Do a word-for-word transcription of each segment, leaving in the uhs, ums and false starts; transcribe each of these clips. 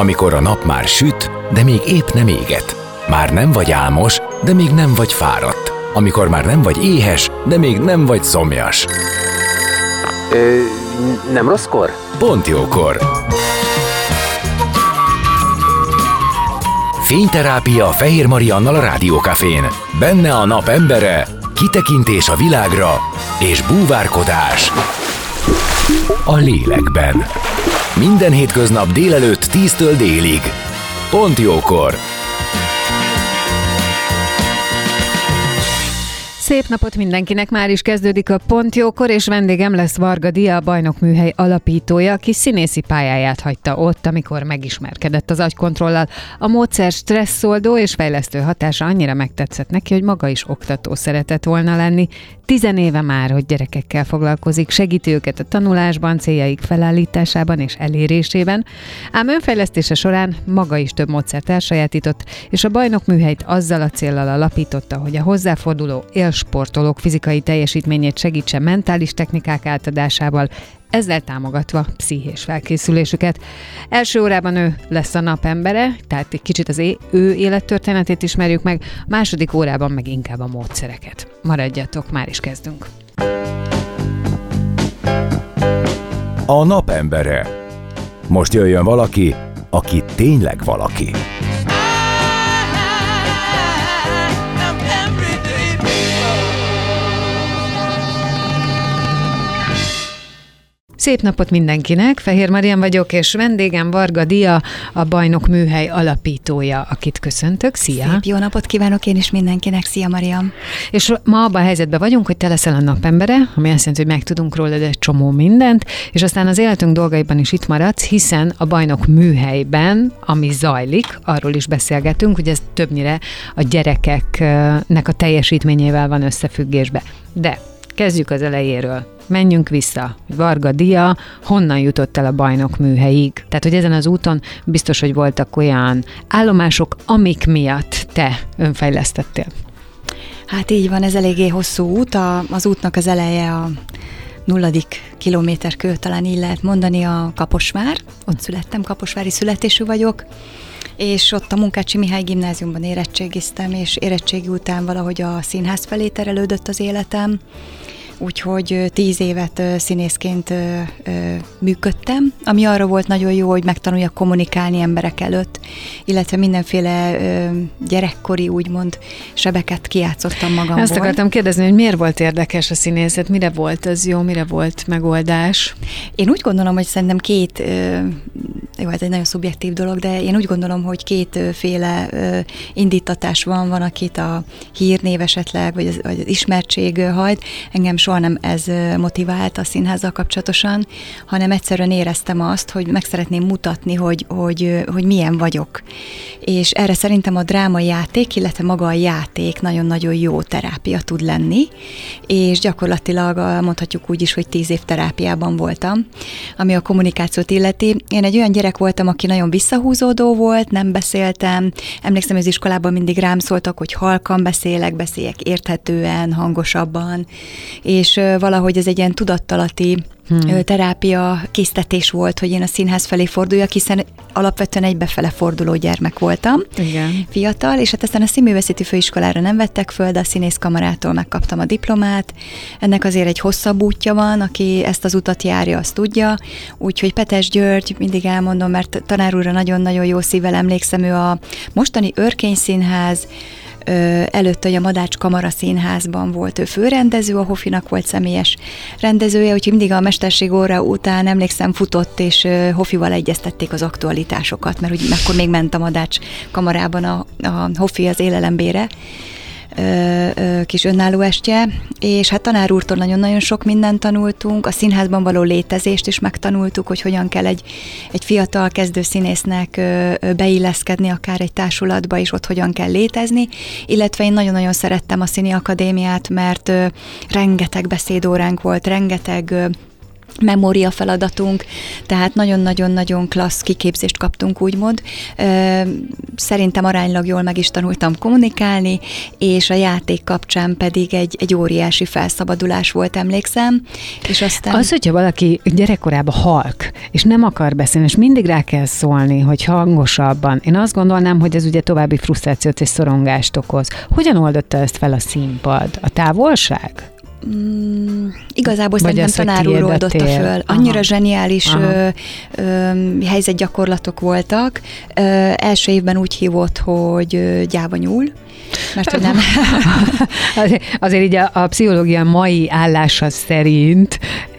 Amikor a nap már süt, de még épp nem éget. Már nem vagy álmos, de még nem vagy fáradt. Amikor már nem vagy éhes, de még nem vagy szomjas. Ö, nem rosszkor? Pont jókor. Fényterápia Fehér Mariannal a Rádiókafén. Benne a nap embere, kitekintés a világra és búvárkodás a lélekben. Minden hétköznap délelőtt tíztől délig. Pont jókor. Szép napot mindenkinek, már is kezdődik a Pont jókor, és vendégem lesz Varga Dia, a Bajnokműhely alapítója, aki színészi pályáját hagyta ott, amikor megismerkedett az agykontrollal. A módszer stresszoldó és fejlesztő hatása annyira megtetszett neki, hogy maga is oktató szeretett volna lenni. Tizenéve már, hogy gyerekekkel foglalkozik, segíti őket a tanulásban, céljaik felállításában és elérésében, ám önfejlesztése során maga is több módszert elsajátított, és a Bajnokműhelyt azzal a céllal alapította, hogy a hozzáforduló élsportolók fizikai teljesítményét segítse mentális technikák átadásával, ezzel támogatva pszichés felkészülésüket. Első órában ő lesz a napembere, tehát egy kicsit az é- ő élettörténetét ismerjük meg, a második órában meg inkább a módszereket. Maradjatok, már is kezdünk. A napembere. Most jöjjön valaki, aki tényleg valaki. Szép napot mindenkinek, Fehér Marian vagyok, és vendégem Varga Dia, a Bajnokműhely alapítója, akit köszöntök. Szia! Szép jó napot kívánok én is mindenkinek, szia Mariam! És ma abban a helyzetben vagyunk, hogy te leszel a napembere, ami azt jelenti, hogy megtudunk rólad egy csomó mindent, és aztán az életünk dolgaiban is itt maradsz, hiszen a Bajnokműhelyben, ami zajlik, arról is beszélgetünk, hogy ez többnyire a gyerekeknek a teljesítményével van összefüggésbe. De kezdjük az elejéről. Menjünk vissza. Varga Dia honnan jutott el a Bajnokműhelyig? Tehát, hogy ezen az úton biztos, hogy voltak olyan állomások, amik miatt te önfejlesztettél. Hát így van, ez eléggé hosszú út. A, az útnak az eleje a nulladik kilométer kő, talán így lehet mondani, a Kaposvár. Ott születtem, kaposvári születésű vagyok, és ott a Munkácsi Mihály gimnáziumban érettségiztem, és érettségi után valahogy a színház felé terelődött az életem. Úgyhogy tíz évet színészként működtem, ami arra volt nagyon jó, hogy megtanuljak kommunikálni emberek előtt, illetve mindenféle gyerekkori, úgymond sebeket kijátszottam magamból. Azt akartam kérdezni, hogy miért volt érdekes a színészet, mire volt az jó, mire volt megoldás? Én úgy gondolom, hogy szerintem két, jó, ez egy nagyon szubjektív dolog, de én úgy gondolom, hogy kétféle indítatás van, van, akit a hírnév esetleg, vagy az, vagy az ismertség hajt. Engem soha nem ez motivált a színházzal kapcsolatosan, hanem egyszerűen éreztem azt, hogy meg szeretném mutatni, hogy, hogy, hogy milyen vagyok. És erre szerintem a drámai játék, illetve maga a játék nagyon-nagyon jó terápia tud lenni, és gyakorlatilag mondhatjuk úgy is, hogy tíz év terápiában voltam, ami a kommunikációt illeti. Én egy olyan gyerek voltam, aki nagyon visszahúzódó volt, nem beszéltem. Emlékszem, az iskolában mindig rám szóltak, hogy halkan beszélek, beszéljek érthetően, hangosabban, és valahogy ez egy ilyen tudattalati hmm. terápia késztetés volt, hogy én a színház felé forduljak, hiszen alapvetően egy befele forduló gyermek voltam, Igen. fiatal, és hát aztán a Színművészeti Főiskolára nem vettek föl, de a színészkamarától megkaptam a diplomát. Ennek azért egy hosszabb útja van, aki ezt az utat járja, azt tudja, úgyhogy Petes György, mindig elmondom, mert tanár úrra nagyon-nagyon jó szívvel emlékszem, ő a mostani Örkény Színház előtt, hogy a Madács Kamara Színházban volt ő főrendező, a Hofinak volt személyes rendezője, úgyhogy mindig a mesterség óra után emlékszem futott, és Hofival egyeztették az aktualitásokat, mert úgy akkor még ment a Madács Kamarában a, a Hofi az élelembére, kis önálló estje, és hát tanár úrtól nagyon-nagyon sok mindent tanultunk, a színházban való létezést is megtanultuk, hogy hogyan kell egy, egy fiatal kezdő színésznek beilleszkedni akár egy társulatba, és ott hogyan kell létezni, illetve én nagyon-nagyon szerettem a Színi Akadémiát, mert rengeteg beszédóránk volt, rengeteg memória feladatunk, tehát nagyon-nagyon-nagyon klassz kiképzést kaptunk, úgymond. Szerintem aránylag jól meg is tanultam kommunikálni, és a játék kapcsán pedig egy, egy óriási felszabadulás volt, emlékszem. És aztán... Az, hogyha valaki gyerekkorában halk, és nem akar beszélni, és mindig rá kell szólni, hogy hangosabban, én azt gondolnám, hogy ez ugye további frusztrációt és szorongást okoz. Hogyan oldotta ezt fel a színpad? A távolság? Mm, igazából Vagy szerintem az, tanár úr oldotta föl. Annyira Aha. zseniális ö, ö, helyzetgyakorlatok voltak. Ö, első évben úgy hívott, hogy ö, gyáva nyúl, mert hogy nem... azért, azért így a, a pszichológia mai állása szerint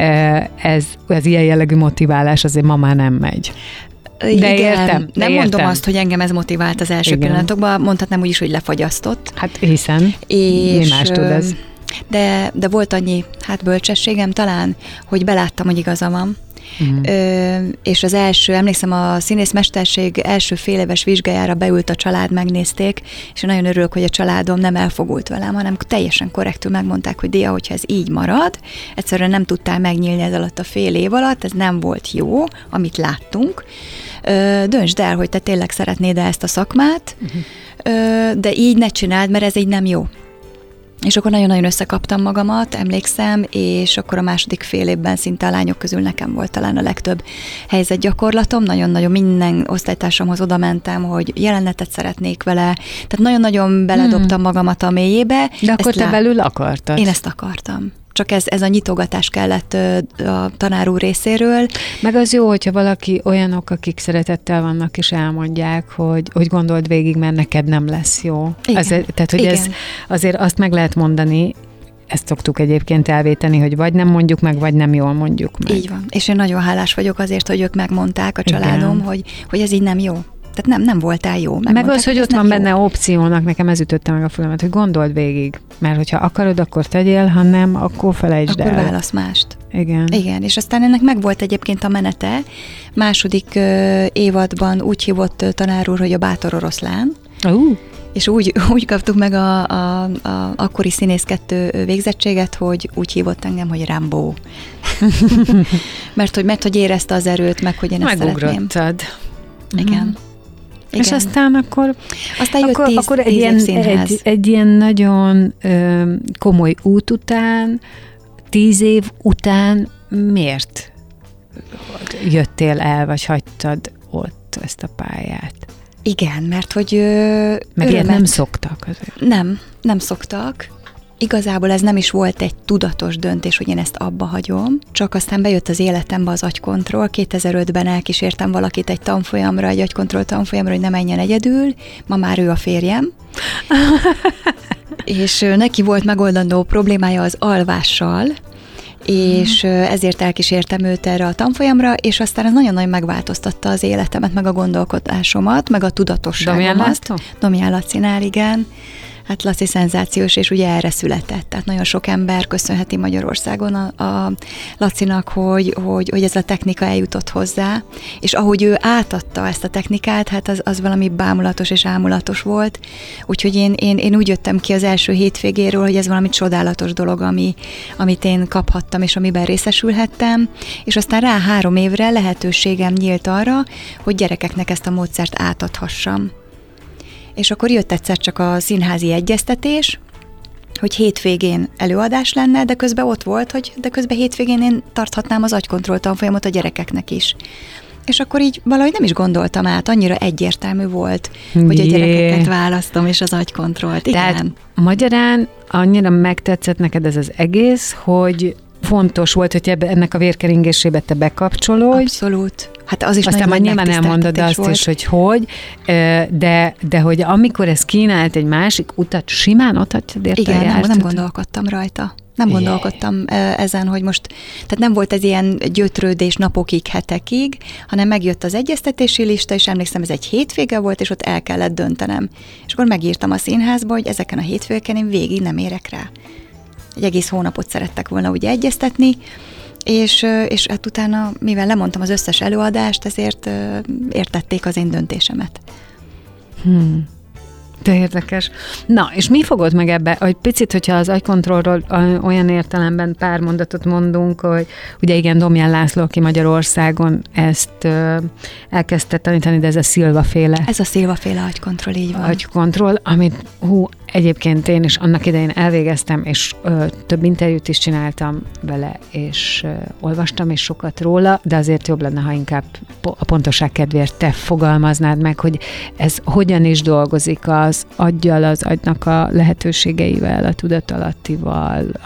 ez, ez ilyen jellegű motiválás azért ma már nem megy. De igen, értem. De nem értem. mondom azt, hogy engem ez motivált az első Igen. pillanatokban, mondhatnám úgy is, hogy lefagyasztott. Hát hiszen és, mi más tud ez? De, de volt annyi hát bölcsességem talán, hogy beláttam, hogy igaza van. Uh-huh. Ö, és az első, emlékszem, a színészmesterség első fél éves vizsgájára beült a család, megnézték, és én nagyon örülök, hogy a családom nem elfogult velem, hanem teljesen korrektül megmondták, hogy Dia, hogyha ez így marad, egyszerűen nem tudtál megnyílni ez alatt a fél év alatt, ez nem volt jó, amit láttunk. Ö, döntsd el, hogy te tényleg szeretnéd ezt a szakmát, uh-huh. ö, de így ne csináld, mert ez így nem jó. És akkor nagyon-nagyon összekaptam magamat, emlékszem, és akkor a második fél évben szinte a lányok közül nekem volt talán a legtöbb helyzetgyakorlatom. Nagyon-nagyon minden osztálytársamhoz oda mentem, hogy jelenetet szeretnék vele. Tehát nagyon-nagyon beledobtam hmm. magamat a mélyébe. De akkor ezt te lá... belül akartad. Én ezt akartam. Csak ez, ez a nyitogatás kellett a tanár úr részéről. Meg az jó, hogyha valaki olyanok, akik szeretettel vannak, és elmondják, hogy, hogy gondold végig, mert neked nem lesz jó. Ez, tehát, hogy Igen. ez azért azt meg lehet mondani, ezt szoktuk egyébként elvéteni, hogy vagy nem mondjuk meg, vagy nem jól mondjuk meg. Így van. És én nagyon hálás vagyok azért, hogy ők megmondták, a családom, hogy, hogy ez így nem jó. Tehát nem, nem voltál jó. Meg az, hogy ott van jó. benne opciónak, nekem ez ütötte meg a fülemet, hogy gondold végig. Mert hogyha akarod, akkor tegyél, ha nem, akkor felejtsd akkor el. Akkor válasz mást. Igen. Igen, és aztán ennek megvolt egyébként a menete. Második uh, évadban úgy hívott uh, tanár úr, hogy a bátor oroszlán. Uh. És úgy, úgy kaptuk meg a, a, a akkori színész kettő végzettséget, hogy úgy hívott engem, hogy Rambo. mert, hogy, mert hogy érezte az erőt, meg hogy én ezt szeretném. Igen. Mm. Igen. És aztán akkor, aztán jött akkor, tíz, akkor egy, tíz ilyen, egy, egy ilyen nagyon ö, komoly út után, tíz év után miért jöttél el, vagy hagytad ott ezt a pályát? Igen, mert hogy... Ö, Meg ilyet nem szoktak azért. Nem, nem szoktak. Igazából ez nem is volt egy tudatos döntés, hogy én ezt abba hagyom, csak aztán bejött az életembe az agykontroll. kétezer-ötben elkísértem valakit egy tanfolyamra, egy agykontroll tanfolyamra, hogy ne menjen egyedül, ma már ő a férjem. És neki volt megoldandó problémája az alvással, és ezért elkísértem őt erre a tanfolyamra, és aztán ez nagyon-nagyon megváltoztatta az életemet, meg a gondolkodásomat, meg a tudatosságomat. Domján László? Domján Lacinál, igen. Hát Laci szenzációs, és ugye erre született. Tehát nagyon sok ember köszönheti Magyarországon a, a Lacinak, hogy, hogy, hogy ez a technika eljutott hozzá, és ahogy ő átadta ezt a technikát, hát az, az valami bámulatos és ámulatos volt. Úgyhogy én, én, én úgy jöttem ki az első hétvégéről, hogy ez valami csodálatos dolog, ami, amit én kaphattam, és amiben részesülhettem, és aztán rá három évre lehetőségem nyílt arra, hogy gyerekeknek ezt a módszert átadhassam. És akkor jött egyszer csak a színházi egyeztetés, hogy hétvégén előadás lenne, de közben ott volt, hogy de közben hétvégén én tarthatnám az agykontroll tanfolyamot a gyerekeknek is. És akkor így valahogy nem is gondoltam át, annyira egyértelmű volt, hogy a gyerekeket választom, és az agykontrollt. Igen. Tehát magyarán annyira megtetszett neked ez az egész, hogy fontos volt, hogy ebbe, ennek a vérkeringésébe te bekapcsolódj. Abszolút. Hát az is aztán majd nyilván elmondod azt volt. is, hogy hogy, de, de hogy amikor ez kínált egy másik utat, simán ott hagytad érte Igen, járt, nem, nem gondolkodtam rajta. Nem yeah. gondolkodtam ezen, hogy most, tehát nem volt ez ilyen gyötrődés napokig, hetekig, hanem megjött az egyeztetési lista, és emlékszem, ez egy hétvége volt, és ott el kellett döntenem. És akkor megírtam a színházba, hogy ezeken a hétvégeken én végig nem érek rá. Egy egész hónapot szerettek volna ugye egyeztetni, és, és hát utána, mivel lemondtam az összes előadást, ezért értették az én döntésemet. Hmm. De érdekes. Na, és mi fogod meg ebbe, hogy picit, hogyha az agykontrollról olyan értelemben pár mondatot mondunk, hogy ugye igen, Domján László, aki Magyarországon ezt ö, elkezdte tanítani, de ez a Silva féle. Ez a Silva féle agykontroll, így van. Agykontroll, amit hú, egyébként én is annak idején elvégeztem, és ö, több interjút is csináltam vele, és ö, olvastam is sokat róla, de azért jobb lenne, ha inkább a pontosság kedvéért te fogalmaznád meg, hogy ez hogyan is dolgozik az aggyal, az agynak a lehetőségeivel, a tudatalattival, a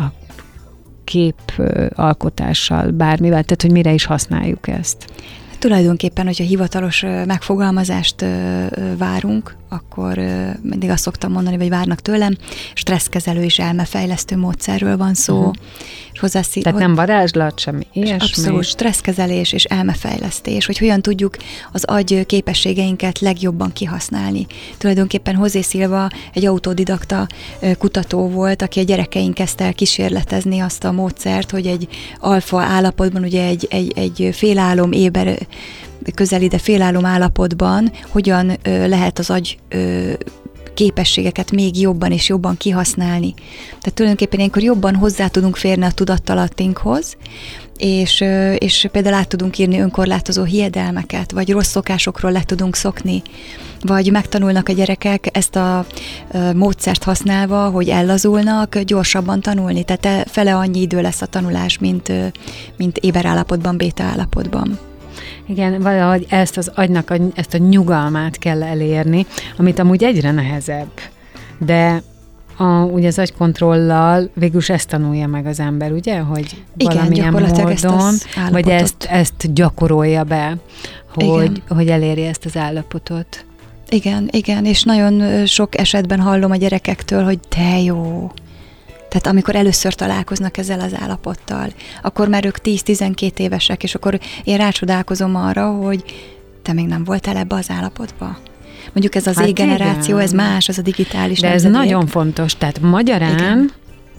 képalkotással, bármivel, tehát hogy mire is használjuk ezt. Tulajdonképpen, hogyha hivatalos megfogalmazást várunk, akkor mindig azt szoktam mondani, vagy várnak tőlem, stresszkezelő és elmefejlesztő módszerről van szó. Uh-huh. És hozzászí- Tehát nem varázslat, semmi ilyesmi? Abszolút stresszkezelés és elmefejlesztés, hogy hogyan tudjuk az agy képességeinket legjobban kihasználni. Tulajdonképpen José Silva egy autodidakta kutató volt, aki a gyerekeink kezdte el kísérletezni azt a módszert, hogy egy alfa állapotban, ugye egy, egy, egy félálom éber közeli, de félálom állapotban hogyan ö, lehet az agy ö, képességeket még jobban és jobban kihasználni. Tehát tulajdonképpen ilyenkor jobban hozzá tudunk férni a tudattalattinkhoz, és, ö, és például át tudunk írni önkorlátozó hiedelmeket, vagy rossz szokásokról le tudunk szokni, vagy megtanulnak a gyerekek ezt a ö, módszert használva, hogy ellazulnak, gyorsabban tanulni. Tehát fele annyi idő lesz a tanulás, mint, ö, mint éberállapotban, béta állapotban. Igen, valahogy ezt az agynak, a, ezt a nyugalmát kell elérni, amit amúgy egyre nehezebb. De a, ugye az agykontrollal végülis ezt tanulja meg az ember, ugye? Hogy igen, valamilyen módon, ezt vagy ezt, ezt gyakorolja be, hogy, hogy eléri ezt az állapotot. Igen, igen, és nagyon sok esetben hallom a gyerekektől, hogy de jó. Tehát amikor először találkoznak ezzel az állapottal, akkor már ők tíz-tizenkét évesek, és akkor én rácsodálkozom arra, hogy te még nem voltál ebbe az állapotba. Mondjuk ez az hát Z-generáció, igen. Ez más, az a digitális de nemzedék. Ez nagyon fontos, tehát magyarán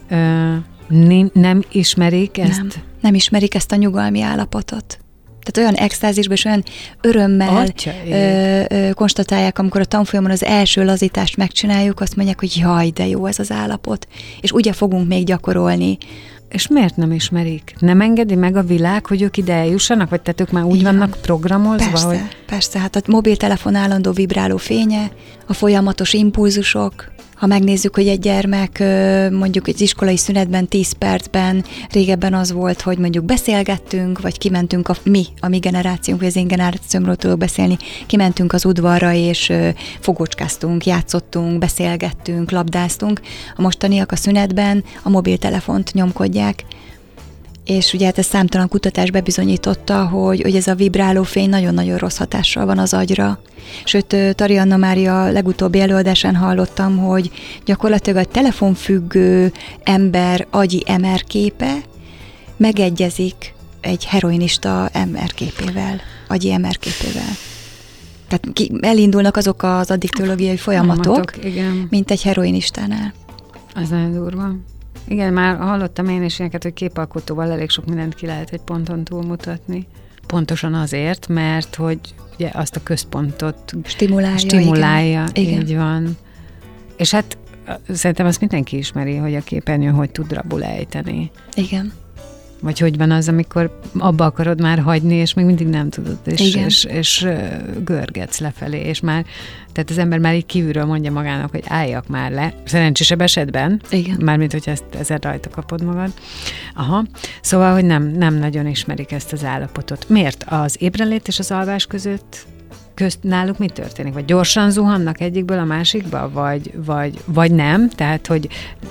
ö, nem ismerik ezt? Nem, nem ismerik ezt a nyugalmi állapotot. Tehát olyan extázisban és olyan örömmel ö, ö, konstatálják, amikor a tanfolyamon az első lazítást megcsináljuk, azt mondják, hogy jaj, de jó ez az állapot, és ugye fogunk még gyakorolni. És miért nem ismerik? Nem engedi meg a világ, hogy ők ide eljussanak? Vagy tehát ők már úgy igen. vannak programozva? Persze, hogy... persze. Hát a mobiltelefon állandó vibráló fénye, a folyamatos impulzusok, ha megnézzük, hogy egy gyermek mondjuk egy iskolai szünetben tíz percben, régebben az volt, hogy mondjuk beszélgettünk, vagy kimentünk, a, mi, a mi generációnk, vagy az én generációmról tudok beszélni, kimentünk az udvarra, és fogócskáztunk, játszottunk, beszélgettünk, labdáztunk. A mostaniak a szünetben a mobiltelefont nyomkodják, és ugye hát ez számtalan kutatás bebizonyította, hogy, hogy ez a vibráló fény nagyon-nagyon rossz hatással van az agyra. Sőt, Tari Anna Mária legutóbbi előadásán hallottam, hogy gyakorlatilag a telefonfüggő ember agyi em er képe megegyezik egy heroinista em er képével, agyi em er képével. Tehát ki, elindulnak azok az addiktológiai folyamatok, folyamatok igen. mint egy heroinistánál. Az nagyon durva. Igen, már hallottam én is ilyeneket, hogy képalkotóval elég sok mindent ki lehet egy ponton túlmutatni. Pontosan azért, mert hogy ugye azt a központot stimulálja. stimulálja igen. Így van. És hát szerintem azt mindenki ismeri, hogy a képernyő hogy tud rabul ejteni. Igen. Vagy hogy van az, amikor abba akarod már hagyni, és még mindig nem tudod, és, és, és görgetsz lefelé, és már, tehát az ember már így kívülről mondja magának, hogy álljak már le. Szerencsésebb esetben, igen. mármint, hogyha ezt ezzel rajta kapod magad. Aha. Szóval, hogy nem, nem nagyon ismerik ezt az állapotot. Miért? Az ébrenlét és az alvás között közt náluk mi történik? Vagy gyorsan zuhannak egyikből a másikba, vagy, vagy, vagy nem? Tehát, hogy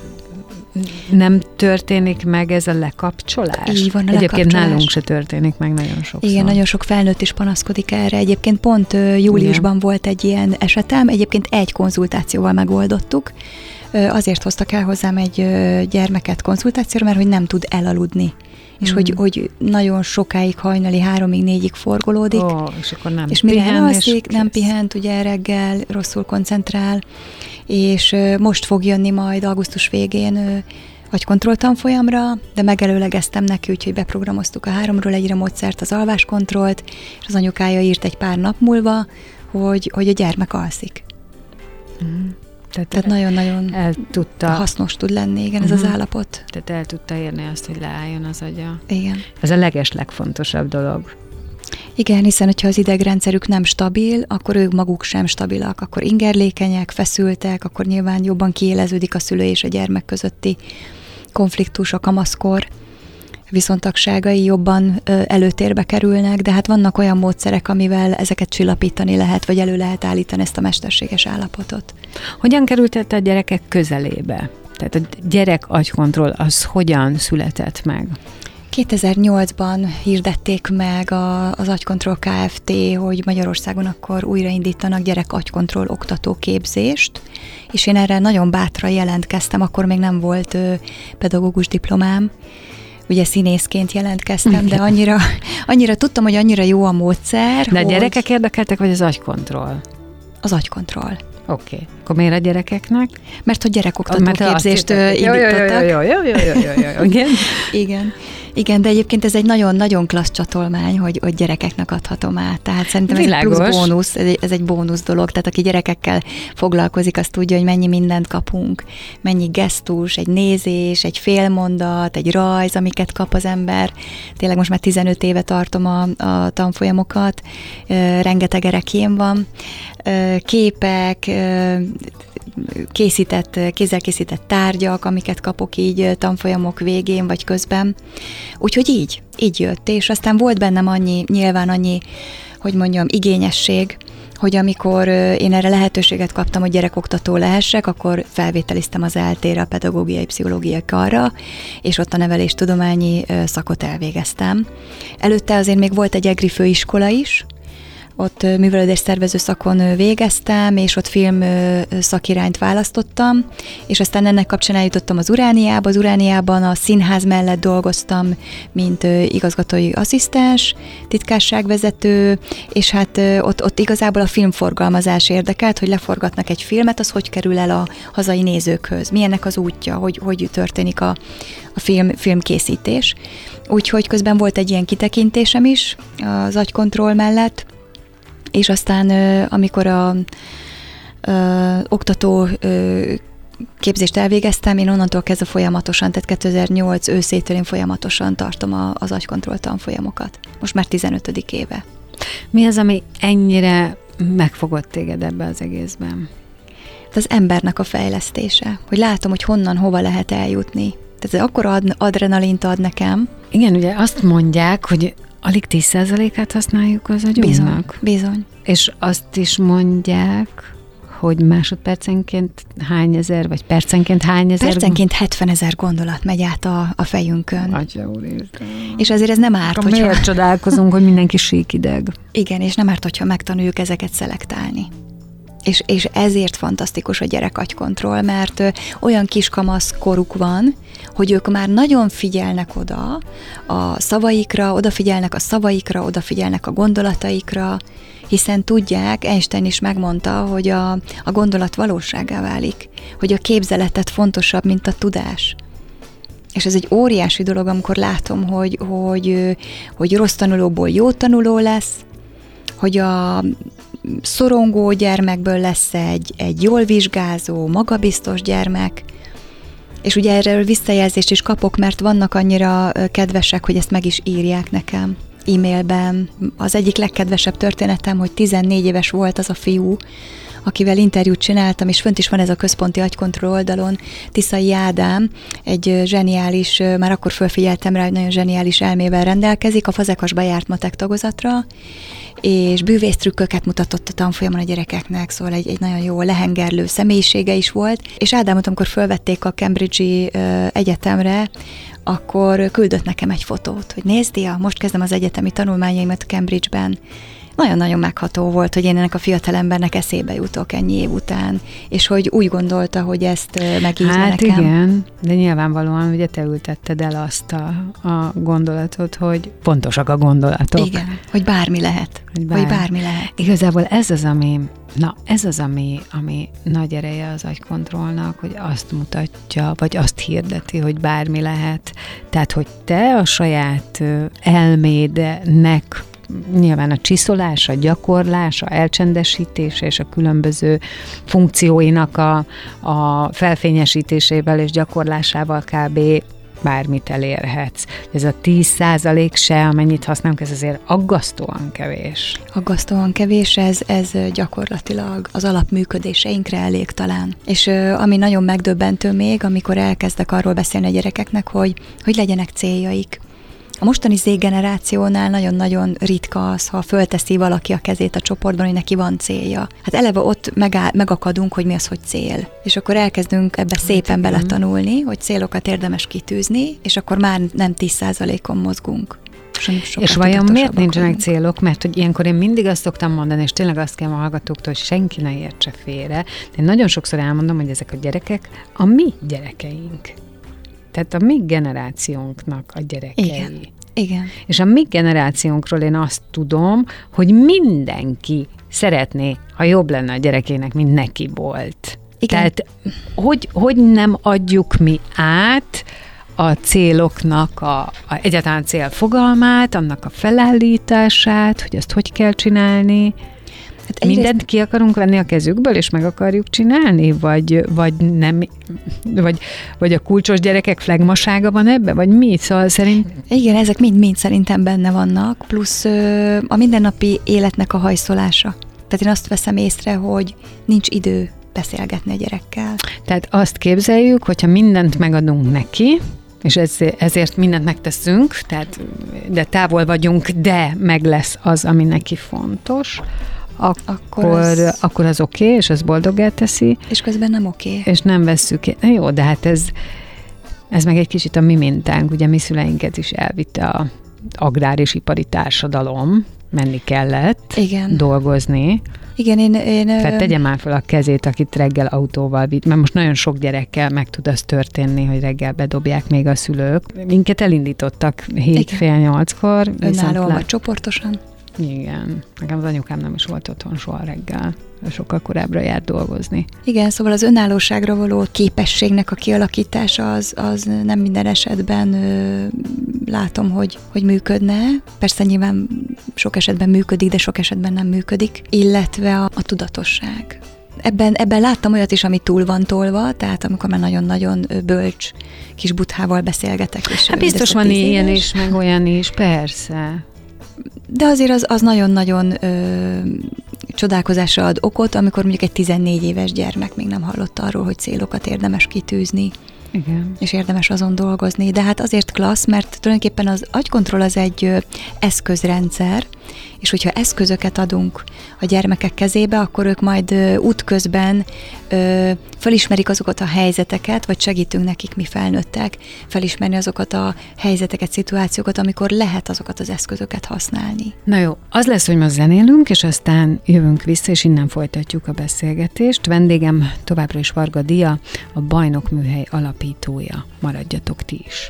nem történik meg ez a lekapcsolás? Így van, a Egyébként lekapcsolás. Nálunk se történik meg nagyon sokszor. Igen, nagyon sok felnőtt is panaszkodik erre. Egyébként pont uh, júliusban igen. volt egy ilyen esetem, egyébként egy konzultációval megoldottuk. Uh, azért hoztak el hozzám egy uh, gyermeket konzultációra, mert hogy nem tud elaludni. És mm. hogy, hogy nagyon sokáig hajnali háromig, négyig forgolódik. Ó, és akkor nem és mire elalszik, nem pihent, ugye reggel, rosszul koncentrál, és uh, most fog jönni majd augusztus végén uh, agykontrolltanfolyamra, de megelőlegeztem neki, úgyhogy beprogramoztuk a háromról egyre módszert, az alváskontrollt, és az anyukája írt egy pár nap múlva, hogy, hogy a gyermek alszik. Mm. Tehát, Tehát nagyon-nagyon el tudta, hasznos tud lenni, igen, ez uh-huh. az állapot. Tehát el tudta érni azt, hogy leálljon az agya. Igen. Ez a leges legfontosabb dolog. Igen, hiszen hogyha az idegrendszerük nem stabil, akkor ők maguk sem stabilak, akkor ingerlékenyek, feszültek, akkor nyilván jobban kiéleződik a szülő és a gyermek közötti konfliktus a kamaszkor, viszontagságai jobban ö, előtérbe kerülnek, de hát vannak olyan módszerek, amivel ezeket csillapítani lehet, vagy elő lehet állítani ezt a mesterséges állapotot. Hogyan kerültett a gyerekek közelébe? Tehát a gyerek agykontroll az hogyan született meg? kétezer-nyolcban hirdették meg a, az Agykontroll Kft., hogy Magyarországon akkor újraindítanak gyerek agykontroll oktató képzést, és én erre nagyon bátran jelentkeztem, akkor még nem volt ö, pedagógus diplomám, ugye színészként jelentkeztem, de annyira, annyira tudtam, hogy annyira jó a módszer. De a hogy gyerekek érdekeltek, vagy az agykontroll? Az agykontroll. Oké. Okay. Akkor miért a gyerekeknek? Mert hogy gyerekoktató képzést indítottak. Jó, jó, jó, jó, jó, jó, jó, jó. Igen. Igen. Igen, de egyébként ez egy nagyon-nagyon klassz csatolmány, hogy, hogy gyerekeknek adhatom át. Tehát szerintem Világos. Ez egy plusz bónusz, ez egy, ez egy bónusz dolog. Tehát aki gyerekekkel foglalkozik, azt tudja, hogy mennyi mindent kapunk. Mennyi gesztus, egy nézés, egy félmondat, egy rajz, amiket kap az ember. Tényleg most már tizenöt éve tartom a, a tanfolyamokat. Rengeteg erekjén van. Képek, készített, kézzel készített tárgyak, amiket kapok így tanfolyamok végén vagy közben. Úgyhogy így, így jött, és aztán volt bennem annyi, nyilván annyi, hogy mondjam, igényesség, hogy amikor én erre lehetőséget kaptam, hogy gyerekoktató lehessek, akkor felvételiztem az é el té-re, a pedagógiai pszichológiai karra, és ott a neveléstudományi szakot elvégeztem. Előtte azért még volt egy egri főiskola is, ott művelődés szervező szakon végeztem, és ott film szakirányt választottam, és aztán ennek kapcsán eljutottam az Urániába. Az Urániában a színház mellett dolgoztam, mint igazgatói asszisztens, titkárságvezető, és hát ott, ott igazából a filmforgalmazás érdekelt, hogy leforgatnak egy filmet, az hogy kerül el a hazai nézőkhöz, milyennek az útja, hogy, hogy történik a, a film, filmkészítés. Úgyhogy közben volt egy ilyen kitekintésem is az agykontroll mellett, és aztán, amikor a ö, oktató ö, képzést elvégeztem, én onnantól kezdve folyamatosan, tehát kétezer-nyolc őszétől én folyamatosan tartom a, az agykontroll tanfolyamokat. Most már tizenötödik éve. Mi az, ami ennyire megfogott téged ebbe az egészben? Az embernek a fejlesztése, hogy látom, hogy honnan, hova lehet eljutni. Tehát ez akkora ad, adrenalint ad nekem. Igen, ugye azt mondják, hogy alig tíz százalékát használjuk az agyunknak. Bizony, bizony. És azt is mondják, hogy másodpercenként hány ezer, vagy percenként hány ezer... Percenként hetvenezer gondolat megy át a, a fejünkön. Atya úristen. És azért ez nem árt, hogyha... Miért csodálkozunk, hogy mindenki síkideg? Igen, és nem árt, hogyha megtanuljuk ezeket szelektálni. És, és ezért fantasztikus a gyerek agykontroll, mert ö, olyan kiskamasz koruk van, hogy ők már nagyon figyelnek oda a szavaikra, odafigyelnek a szavaikra, odafigyelnek a gondolataikra, hiszen tudják, Einstein is megmondta, hogy a, a gondolat valósággá válik, hogy a képzeletet fontosabb, mint a tudás. És ez egy óriási dolog, amikor látom, hogy, hogy, hogy rossz tanulóból jó tanuló lesz, hogy a szorongó gyermekből lesz egy, egy jól vizsgázó, magabiztos gyermek, és ugye erről visszajelzést is kapok, mert vannak annyira kedvesek, hogy ezt meg is írják nekem e-mailben. Az egyik legkedvesebb történetem, hogy tizennégy éves volt az a fiú, akivel interjút csináltam, és fönt is van ez a központi agykontroll oldalon, Tiszai Ádám, egy zseniális, már akkor fölfigyeltem rá, hogy nagyon zseniális elmével rendelkezik, a Fazekasba járt matek tagozatra, és bűvésztrükköket mutatott a tanfolyamon a gyerekeknek, szóval egy, egy nagyon jó lehengerlő személyisége is volt, és Ádámot, amikor fölvették a Cambridge-i uh, egyetemre, akkor küldött nekem egy fotót, hogy nézd, Dia, most kezdem az egyetemi tanulmányaimat Cambridge-ben. Nagyon-nagyon megható volt, hogy én ennek a fiatalembernek eszébe jutok ennyi év után, és hogy úgy gondolta, hogy ezt megírja hát nekem. Hát igen, de nyilvánvalóan ugye te ültetted el azt a, a gondolatot, hogy pontosak a gondolatok. Igen, hogy bármi lehet. Hogy, bár... hogy bármi lehet. Igazából ez az, ami, na ez az, ami, ami nagy ereje az agykontrollnak, hogy azt mutatja, vagy azt hirdeti, hogy bármi lehet. Tehát, hogy te a saját elmédnek nyilván a csiszolás, a gyakorlás, a elcsendesítése és a különböző funkcióinak a, a felfényesítésével és gyakorlásával kb. Bármit elérhetsz. Ez a tíz százalék se, amennyit használunk, ez azért aggasztóan kevés. Aggasztóan kevés, ez, ez gyakorlatilag az alapműködéseinkre elég talán. És ami nagyon megdöbbentő még, amikor elkezdek arról beszélni a gyerekeknek, hogy, hogy legyenek céljaik. A mostani Z-generációnál nagyon-nagyon ritka az, ha fölteszi valaki a kezét a csoportban, hogy neki van célja. Hát eleve ott megáll, megakadunk, hogy mi az, hogy cél. És akkor elkezdünk ebbe szépen beletanulni, hogy célokat érdemes kitűzni, és akkor már nem tíz százalékon mozgunk. És vajon miért nincsenek vagyunk. Célok? Mert hogy ilyenkor én mindig azt szoktam mondani, és tényleg azt kell a hallgatóktól, hogy senki ne értse félre. De én nagyon sokszor elmondom, hogy ezek a gyerekek a mi gyerekeink. Tehát a mi generációnknak a gyerekei. Igen. Igen. És a mi generációnkról én azt tudom, hogy mindenki szeretné, ha jobb lenne a gyerekének, mint neki volt. Igen. Tehát hogy, hogy nem adjuk mi át a céloknak, a, a, egyáltalán a cél fogalmát, annak a felállítását, hogy azt hogy kell csinálni. Hát mindent ki akarunk venni a kezükből, és meg akarjuk csinálni? Vagy, vagy nem, vagy, vagy a kulcsos gyerekek flegmasága van ebbe? Vagy mi? Szóval szerint... Igen, ezek mind-mind szerintem benne vannak, plusz ö, a mindennapi életnek a hajszolása. Tehát én azt veszem észre, hogy nincs idő beszélgetni a gyerekkel. Tehát azt képzeljük, hogyha mindent megadunk neki, és ez, ezért mindent megteszünk, tehát, de távol vagyunk, de meg lesz az, ami neki fontos, Ak- akkor, az... akkor az oké, okay, és az boldoggá teszi. És közben nem oké. Okay. És nem vesszük. Jó, de hát ez, ez meg egy kicsit a mi mintánk, ugye mi szüleinket is elvitte a agrár és ipari társadalom, menni kellett, igen. dolgozni. Igen, én... én Tehát tegye már fel a kezét, akit reggel autóval vitt, mert most nagyon sok gyerekkel meg tud az történni, hogy reggel bedobják még a szülők. Minket elindítottak hét fél nyolckor. Önállóan vagy csoportosan. Igen. Nekem az anyukám nem is volt otthon soha reggel. Sokkal korábbra járt dolgozni. Igen, szóval az önállóságra való képességnek a kialakítása az, az nem minden esetben ö, látom, hogy, hogy működne. Persze nyilván sok esetben működik, de sok esetben nem működik. Illetve a, a tudatosság. Ebben, ebben láttam olyat is, ami túl van tolva, tehát amikor már nagyon-nagyon bölcs kis buthával beszélgetek. És hát biztos van ilyen is, meg olyan is, persze. De azért az, az nagyon-nagyon ö, csodálkozásra ad okot, amikor mondjuk egy tizennégy éves gyermek még nem hallott arról, hogy célokat érdemes kitűzni. Igen. És érdemes azon dolgozni. De hát azért klassz, mert tulajdonképpen az agykontroll az egy ö, eszközrendszer, és hogyha eszközöket adunk a gyermekek kezébe, akkor ők majd ö, útközben ö, felismerik azokat a helyzeteket, vagy segítünk nekik mi felnőttek felismerni azokat a helyzeteket, szituációkat, amikor lehet azokat az eszközöket használni. Na jó, az lesz, hogy ma zenélünk, és aztán jövünk vissza, és innen folytatjuk a beszélgetést. Vendégem továbbra is Varga Dia, a Bajnok Műhely alapítója. Maradjatok ti is.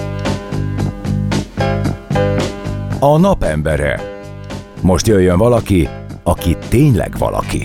A napembere. Most jöjjön valaki, aki tényleg valaki.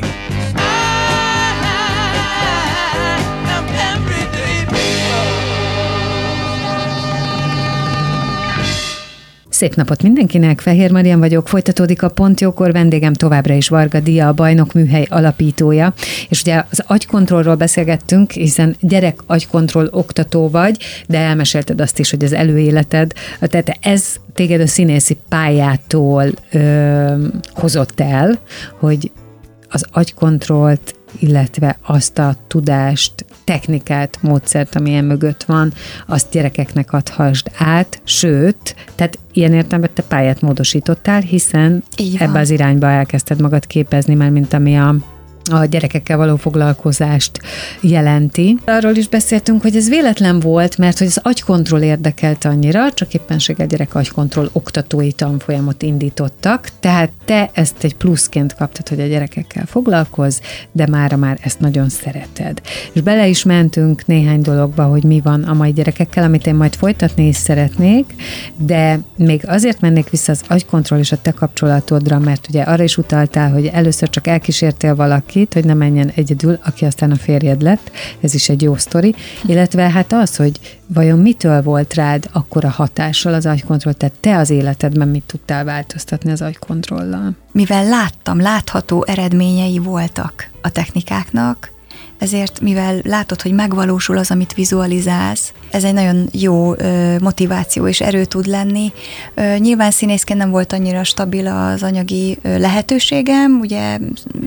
Szép napot mindenkinek, Fehér Marian vagyok, folytatódik a Pont Jókor, vendégem továbbra is Varga Dia, a Bajnok Műhely alapítója, és ugye az agykontrollról beszélgettünk, hiszen gyerek agykontroll oktató vagy, de elmesélted azt is, hogy az előéleted, tehát ez téged a színészi pályától ö, hozott el, hogy az agykontrollt, illetve azt a tudást, technikát, módszert, amilyen mögött van, azt gyerekeknek adhassd át, sőt, tehát ilyen értelemben te pályát módosítottál, hiszen ebbe az irányba elkezdted magad képezni, már mint ami a a gyerekekkel való foglalkozást jelenti. Arról is beszéltünk, hogy ez véletlen volt, mert hogy az agykontroll érdekelt annyira, csak éppenséggel gyerek agykontroll oktatói tanfolyamot indítottak, tehát te ezt egy pluszként kaptad, hogy a gyerekekkel foglalkozz, de mára már ezt nagyon szereted. És bele is mentünk néhány dologba, hogy mi van a mai gyerekekkel, amit én majd folytatni is szeretnék, de még azért mennék vissza az agykontroll és a te kapcsolatodra, mert ugye arra is utaltál, hogy először csak elkísértél valaki valakit, hogy ne menjen egyedül, aki aztán a férjed lett, ez is egy jó sztori, illetve hát az, hogy vajon mitől volt rád akkora hatással az agykontroll, tehát te az életedben mit tudtál változtatni az agykontrollal? Mivel láttam, látható eredményei voltak a technikáknak, ezért, mivel látod, hogy megvalósul az, amit vizualizálsz, ez egy nagyon jó ö, motiváció és erő tud lenni. Ö, nyilván színészként nem volt annyira stabil az anyagi ö, lehetőségem, ugye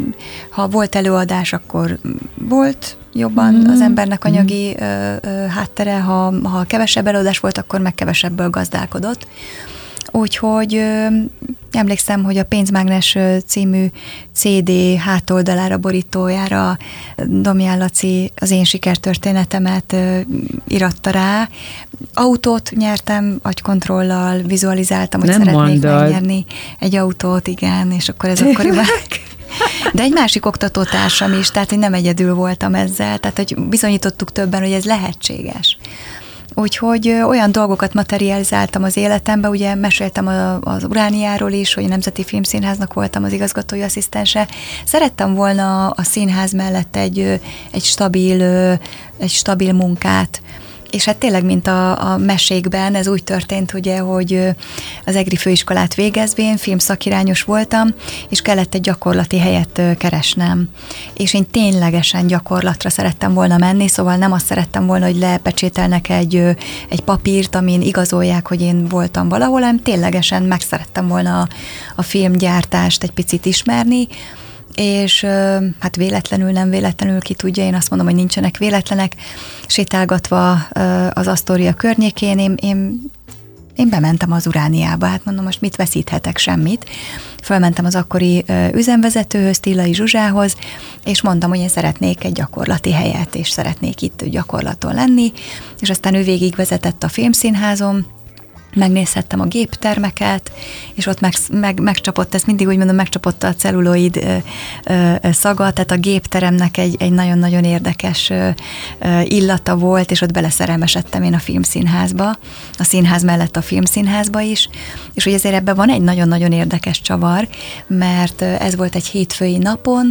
ha volt előadás, akkor volt jobban mm. az embernek anyagi ö, ö, háttere, ha, ha kevesebb előadás volt, akkor meg kevesebből gazdálkodott. Úgyhogy ö, emlékszem, hogy a Pénzmágnes című cé dé hátoldalára, borítójára Domján Laci az én sikertörténetemet ö, iratta rá. Autót nyertem agykontrollal, vizualizáltam, hogy Nem szeretnék mondod. megnyerni egy autót, igen, és akkor ez akkoriban... De egy másik oktatótársam is, tehát hogy nem egyedül voltam ezzel, tehát hogy bizonyítottuk többen, hogy ez lehetséges. Úgyhogy olyan dolgokat materializáltam az életembe, ugye meséltem az Urániáról is, hogy a Nemzeti Filmszínháznak voltam az igazgatói asszisztense. Szerettem volna a színház mellett egy, egy, stabil, egy stabil munkát, és hát tényleg, mint a, a mesékben, ez úgy történt, ugye, hogy az egri főiskolát végezvén filmszakirányos voltam, és kellett egy gyakorlati helyet keresnem. És én ténylegesen gyakorlatra szerettem volna menni, szóval nem azt szerettem volna, hogy lepecsételnek egy, egy papírt, amin igazolják, hogy én voltam valahol, hanem ténylegesen meg szerettem volna a, a filmgyártást egy picit ismerni, és hát véletlenül, nem véletlenül, ki tudja, én azt mondom, hogy nincsenek véletlenek, sétálgatva az Asztória környékén, én, én, én bementem az Urániába, hát mondom, most mit veszíthetek, semmit. Fölmentem az akkori üzemvezetőhöz, Tillai Zsuzsához, és mondtam, hogy én szeretnék egy gyakorlati helyet, és szeretnék itt gyakorlaton lenni, és aztán ő végigvezetett a filmszínházon, megnézhettem a géptermeket, és ott meg, meg, megcsapott, ezt mindig úgy mondom, megcsapott a celluloid ö, ö, szaga, tehát a gépteremnek egy, egy nagyon-nagyon érdekes ö, ö, illata volt, és ott beleszerelmesedtem én a filmszínházba, a színház mellett a filmszínházba is, és hogy ezért ebben van egy nagyon-nagyon érdekes csavar, mert ez volt egy hétfői napon,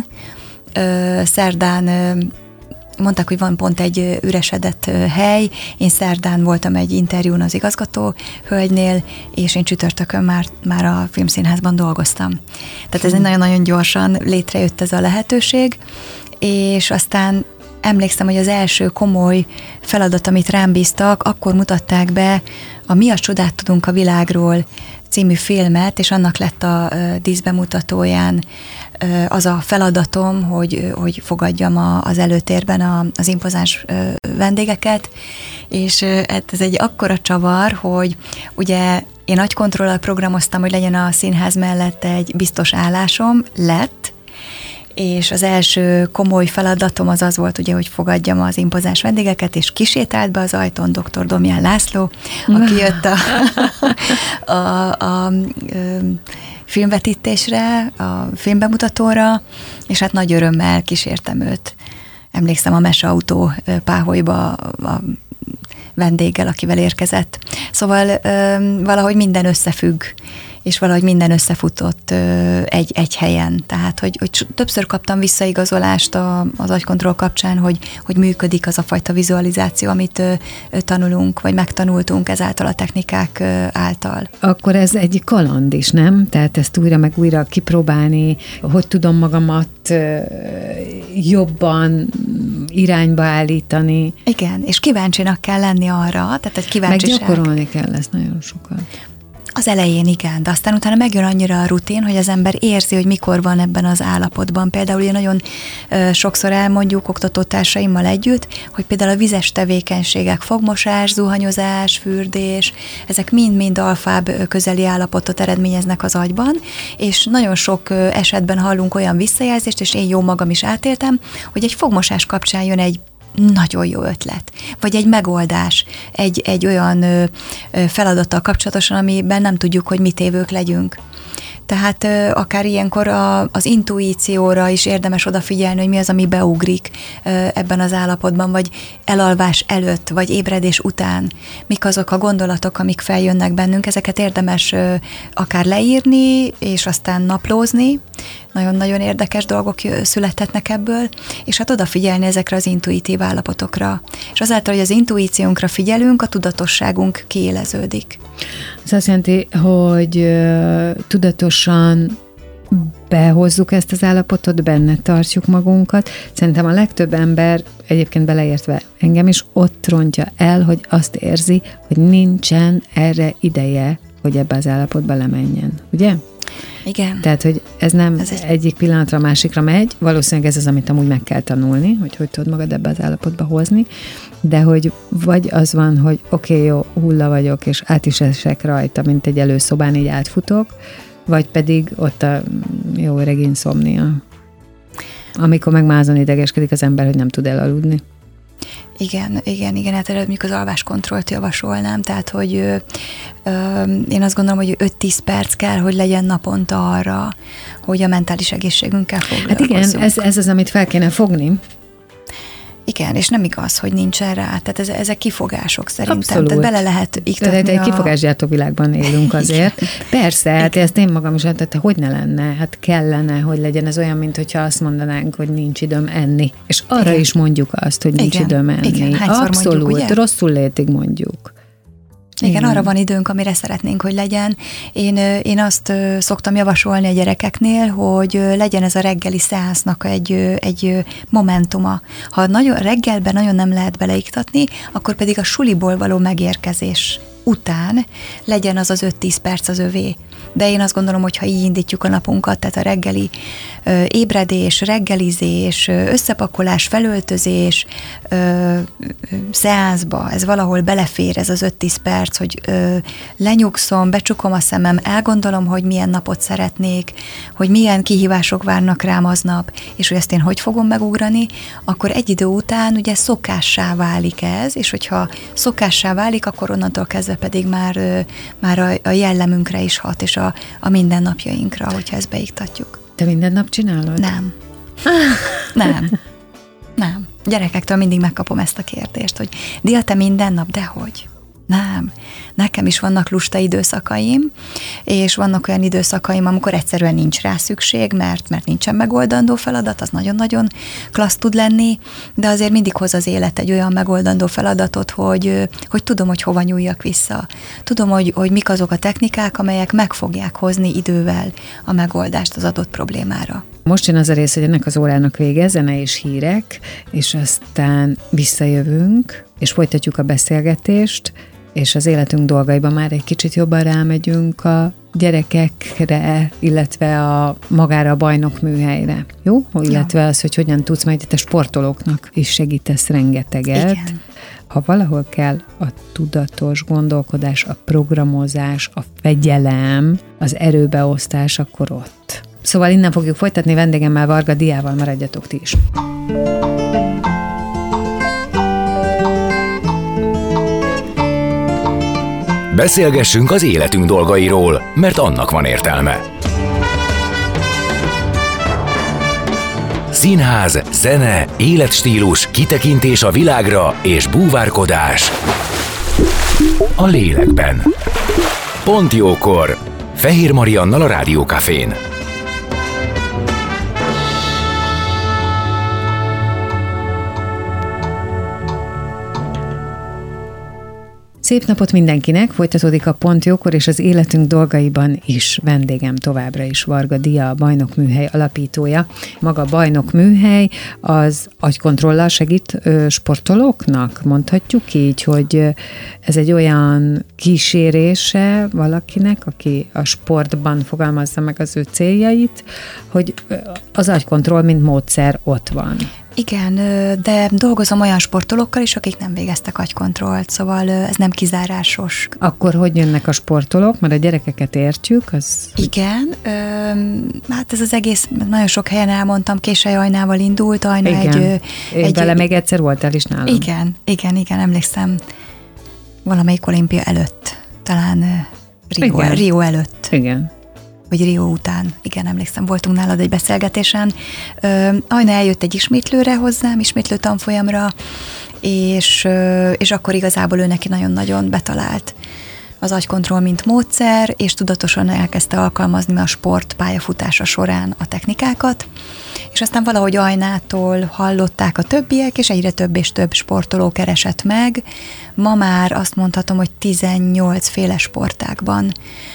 ö, szerdán ö, mondták, hogy van pont egy üresedett hely, én szerdán voltam egy interjún az igazgató hölgynél, és én csütörtökön már, már a filmszínházban dolgoztam. Tehát ez egy nagyon-nagyon gyorsan létrejött ez a lehetőség, és aztán emlékszem, hogy az első komoly feladat, amit rám bíztak, akkor mutatták be a Mi a csodát tudunk a világról című filmet, és annak lett a díszbemutatóján az a feladatom, hogy, hogy fogadjam a, az előtérben a, az impozáns vendégeket, és ez egy akkora csavar, hogy ugye én agykontrollal programoztam, hogy legyen a színház mellett egy biztos állásom, lett, és az első komoly feladatom az az volt, ugye, hogy fogadjam az impozáns vendégeket, és kisétált be az ajtón doktor Domján László, aki jött a, a, a, a, a filmvetítésre, a filmbemutatóra, és hát nagy örömmel kísértem őt. Emlékszem a meseautó páholyba a vendéggel, akivel érkezett. Szóval valahogy minden összefügg, és valahogy minden összefutott egy, egy helyen. Tehát, hogy, hogy többször kaptam visszaigazolást a, az agykontroll kapcsán, hogy, hogy működik az a fajta vizualizáció, amit tanulunk, vagy megtanultunk ezáltal a technikák által. Akkor ez egy kaland is, nem? Tehát ezt újra meg újra kipróbálni, hogy tudom magamat jobban irányba állítani. Igen, és kíváncsinak kell lenni arra, tehát egy kíváncsiság. Meg gyakorolni kell ezt nagyon sokat. Az elején igen, de aztán utána megjön annyira a rutin, hogy az ember érzi, hogy mikor van ebben az állapotban. Például ugye nagyon ö, sokszor elmondjuk oktatótársaimmal együtt, hogy például a vizes tevékenységek, fogmosás, zuhanyozás, fürdés, ezek mind-mind alfább közeli állapotot eredményeznek az agyban, és nagyon sok esetben hallunk olyan visszajelzést, és én jó magam is átéltem, hogy egy fogmosás kapcsán jön egy nagyon jó ötlet, vagy egy megoldás, egy, egy olyan ö, ö, feladattal kapcsolatosan, amiben nem tudjuk, hogy mit évők legyünk. Tehát ö, akár ilyenkor a, az intuícióra is érdemes odafigyelni, hogy mi az, ami beugrik ö, ebben az állapotban, vagy elalvás előtt, vagy ébredés után. Mik azok a gondolatok, amik feljönnek bennünk, ezeket érdemes ö, akár leírni, és aztán naplózni. Nagyon-nagyon érdekes dolgok születhetnek ebből, és hát odafigyelni ezekre az intuitív állapotokra. És azáltal, hogy az intuíciónkra figyelünk, a tudatosságunk kiéleződik. Ez azt jelenti, hogy uh, tudatosan behozzuk ezt az állapotot, benne tartjuk magunkat. Szerintem a legtöbb ember, egyébként beleértve engem is, ott rontja el, hogy azt érzi, hogy nincsen erre ideje, hogy ebbe az állapotba lemenjen. Ugye? Igen. Tehát, hogy ez nem ez egy... egyik pillanatra a másikra megy, valószínűleg ez az, amit amúgy meg kell tanulni, hogy hogy tudod magad ebbe az állapotba hozni, de hogy vagy az van, hogy oké, okay, jó, hulla vagyok, és át is esek rajta, mint egy előszobán, így átfutok, vagy pedig ott a jó öreg inszomnia, amikor meg már azon idegeskedik az ember, hogy nem tud elaludni. Igen, igen, igen, hát mondjuk az alváskontrollt javasolnám, tehát, hogy ö, ö, én azt gondolom, hogy öt-tíz perc kell, hogy legyen naponta arra, hogy a mentális egészségünkkel foglalkozzunk. Hát igen, ez, ez az, amit fel kéne fogni. Igen, és nem igaz, hogy nincsen rá. Tehát ez, ezek kifogások szerintem. Abszolút. Tehát bele lehet iktatni. De egy a... kifogásgyártó világban élünk azért. Persze, hát ezt én magam is, tehát hogy ne lenne, hát kellene, hogy legyen ez olyan, mint hogyha azt mondanánk, hogy nincs időm enni. És arra igen. is mondjuk azt, hogy nincs igen. időm enni. Igen. Abszolút, mondjuk, ugye? Rosszul létig mondjuk. Igen, Igen, arra van időnk, amire szeretnénk, hogy legyen. Én, én azt szoktam javasolni a gyerekeknél, hogy legyen ez a reggeli szeánsznak egy, egy momentuma. Ha nagyon, reggelben nagyon nem lehet beleiktatni, akkor pedig a suliból való megérkezés után legyen az az öt-tíz perc az övé. De én azt gondolom, hogy ha így indítjuk a napunkat, tehát a reggeli ö, ébredés, reggelizés, összepakolás, felöltözés, ö, ö, szeánszba, ez valahol belefér, ez az öt-tíz perc, hogy ö, lenyugszom, becsukom a szemem, elgondolom, hogy milyen napot szeretnék, hogy milyen kihívások várnak rám aznap, és hogy ezt én hogy fogom megugrani, akkor egy idő után ugye szokássá válik ez, és hogyha szokássá válik, akkor onnantól kezdve pedig már, ö, már a, a jellemünkre is hat, és a, a mindennapjainkra, hogyha ezt beiktatjuk. Te minden nap csinálod? Nem. Nem. Nem. Gyerekektől mindig megkapom ezt a kérdést, hogy Dia, te minden nap, dehogy? Nem. Nekem is vannak lusta időszakaim, és vannak olyan időszakaim, amikor egyszerűen nincs rá szükség, mert, mert nincsen megoldandó feladat, az nagyon-nagyon klassz tud lenni, de azért mindig hoz az élet egy olyan megoldandó feladatot, hogy, hogy tudom, hogy hova nyúljak vissza. Tudom, hogy, hogy mik azok a technikák, amelyek meg fogják hozni idővel a megoldást az adott problémára. Most jön az a rész, hogy ennek az órának vége, zene és hírek, és aztán visszajövünk, és folytatjuk a beszélgetést, és az életünk dolgaiban már egy kicsit jobban rámegyünk a gyerekekre, illetve a magára a bajnok műhelyre. Jó? Illetve ja. az, hogy hogyan tudsz, majd te sportolóknak is segítesz rengeteget. Igen. Ha valahol kell a tudatos gondolkodás, a programozás, a fegyelem, az erőbeosztás, akkor ott. Szóval innen fogjuk folytatni, vendégemmel, Varga Diával, maradjatok ti is. Beszélgessünk az életünk dolgairól, mert annak van értelme. Színház, zene, életstílus, kitekintés a világra és búvárkodás a lélekben. Pont jókor! Fehér Mariannal a Rádió Cafén. Szép napot mindenkinek, folytatódik a Pont jókor, és az életünk dolgaiban is vendégem továbbra is Varga Dia, a Bajnok Műhely alapítója. Maga a Bajnok Műhely az agykontrollal segít ö, sportolóknak, mondhatjuk így, hogy ez egy olyan kísérése valakinek, aki a sportban fogalmazza meg az ő céljait, hogy az agykontroll, mint módszer ott van. Igen, de dolgozom olyan sportolókkal is, akik nem végeztek agykontrollt, szóval ez nem kizárásos. Akkor hogy jönnek a sportolók? Mert a gyerekeket értjük, az... Igen, ö, hát ez az egész, nagyon sok helyen elmondtam, Késelyajnával indult, Ajna igen. egy... Én egy vele még egyszer voltál is nálam. Igen, igen, igen, emlékszem, valamelyik olimpia előtt, talán Rio, Rio előtt. Igen. vagy Rio után, igen, emlékszem, voltunk nálad egy beszélgetésen. Ajna eljött egy ismétlőre hozzám, ismétlő tanfolyamra, és, és akkor igazából ő neki nagyon-nagyon betalált az agykontroll, mint módszer, és tudatosan elkezdte alkalmazni a sport pályafutása során a technikákat, és aztán valahogy Ajnától hallották a többiek, és egyre több és több sportoló keresett meg. Ma már azt mondhatom, hogy tizennyolc féle sportágban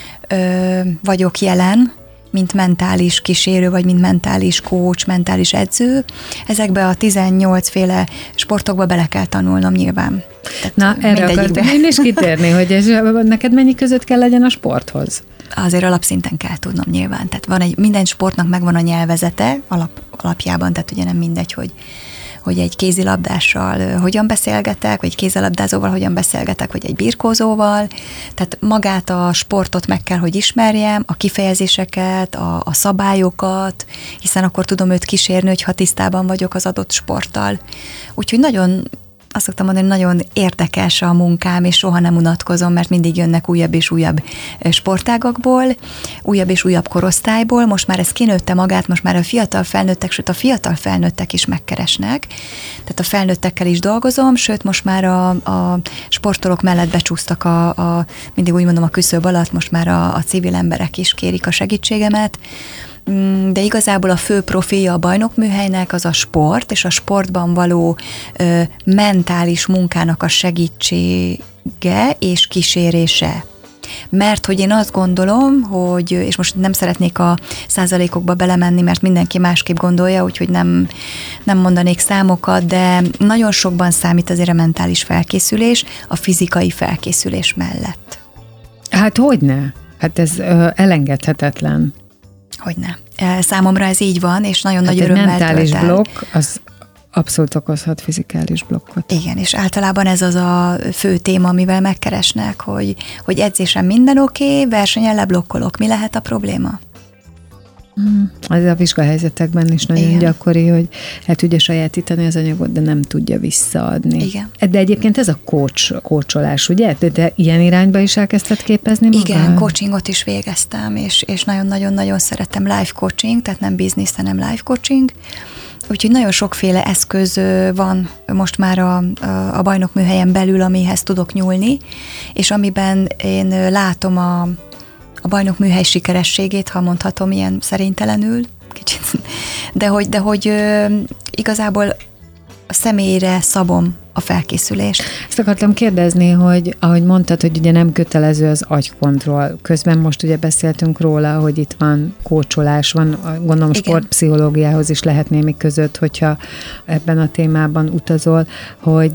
ö, vagyok jelen, mint mentális kísérő, vagy mint mentális coach, mentális edző. Ezekbe a tizennyolc féle sportokba bele kell tanulnom nyilván. Tehát Na, erre akartam én is kitérni, hogy ez, neked mennyi között kell legyen a sporthoz? Azért alapszinten kell tudnom nyilván. Tehát van egy, minden sportnak megvan a nyelvezete alap, alapjában, tehát ugye nem mindegy, hogy hogy egy kézilabdással hogyan beszélgetek, vagy egy kézilabdázóval hogyan beszélgetek, vagy egy birkózóval. Tehát magát a sportot meg kell, hogy ismerjem, a kifejezéseket, a, a szabályokat, hiszen akkor tudom őt kísérni, hogyha tisztában vagyok az adott sporttal. Úgyhogy nagyon, azt szoktam mondani, nagyon érdekes a munkám, és soha nem unatkozom, mert mindig jönnek újabb és újabb sportágakból, újabb és újabb korosztályból. Most már ez kinőtte magát, most már a fiatal felnőttek, sőt a fiatal felnőttek is megkeresnek. Tehát a felnőttekkel is dolgozom, sőt most már a, a sportolók mellett becsúsztak a, a, mindig úgy mondom a küszöb alatt, most már a, a civil emberek is kérik a segítségemet. De igazából a fő profilja a bajnokműhelynek az a sport, és a sportban való ö, mentális munkának a segítsége és kísérése. Mert hogy én azt gondolom, hogy, és most nem szeretnék a százalékokba belemenni, mert mindenki másképp gondolja, úgyhogy nem, nem mondanék számokat, de nagyon sokban számít azért a mentális felkészülés a fizikai felkészülés mellett. Hát hogyne? Hát ez ö, elengedhetetlen. Hogyne. Számomra ez így van, és nagyon hát nagy örömmel mentális tölt el. blokk, az abszolút okozhat fizikális blokkot. Igen, és általában ez az a fő téma, amivel megkeresnek, hogy, hogy edzésen minden oké, okay, versenyen leblokkolok. Mi lehet a probléma? Hmm. Ez a vizsgahelyzetekben is nagyon Igen. gyakori, hogy el tudja sajátítani az anyagot, de nem tudja visszaadni. Igen. De egyébként ez a coach, coacholás, ugye? De ilyen irányba is elkezdted képezni magad? Igen, coachingot is végeztem, és, és nagyon-nagyon-nagyon szeretem life coaching, tehát nem business, hanem life coaching. Úgyhogy nagyon sokféle eszköz van most már a, a bajnokműhelyen belül, amihez tudok nyúlni, és amiben én látom a a bajnokműhely sikerességét, ha mondhatom ilyen szerénytelenül, kicsit, de hogy, de hogy ö, igazából a személyre szabom a felkészülést. Ezt akartam kérdezni, hogy ahogy mondtad, hogy ugye nem kötelező az agykontroll. Közben most ugye beszéltünk róla, hogy itt van kócsolás, van gondolom Igen. sportpszichológiához is lehet némi között, hogyha ebben a témában utazol, hogy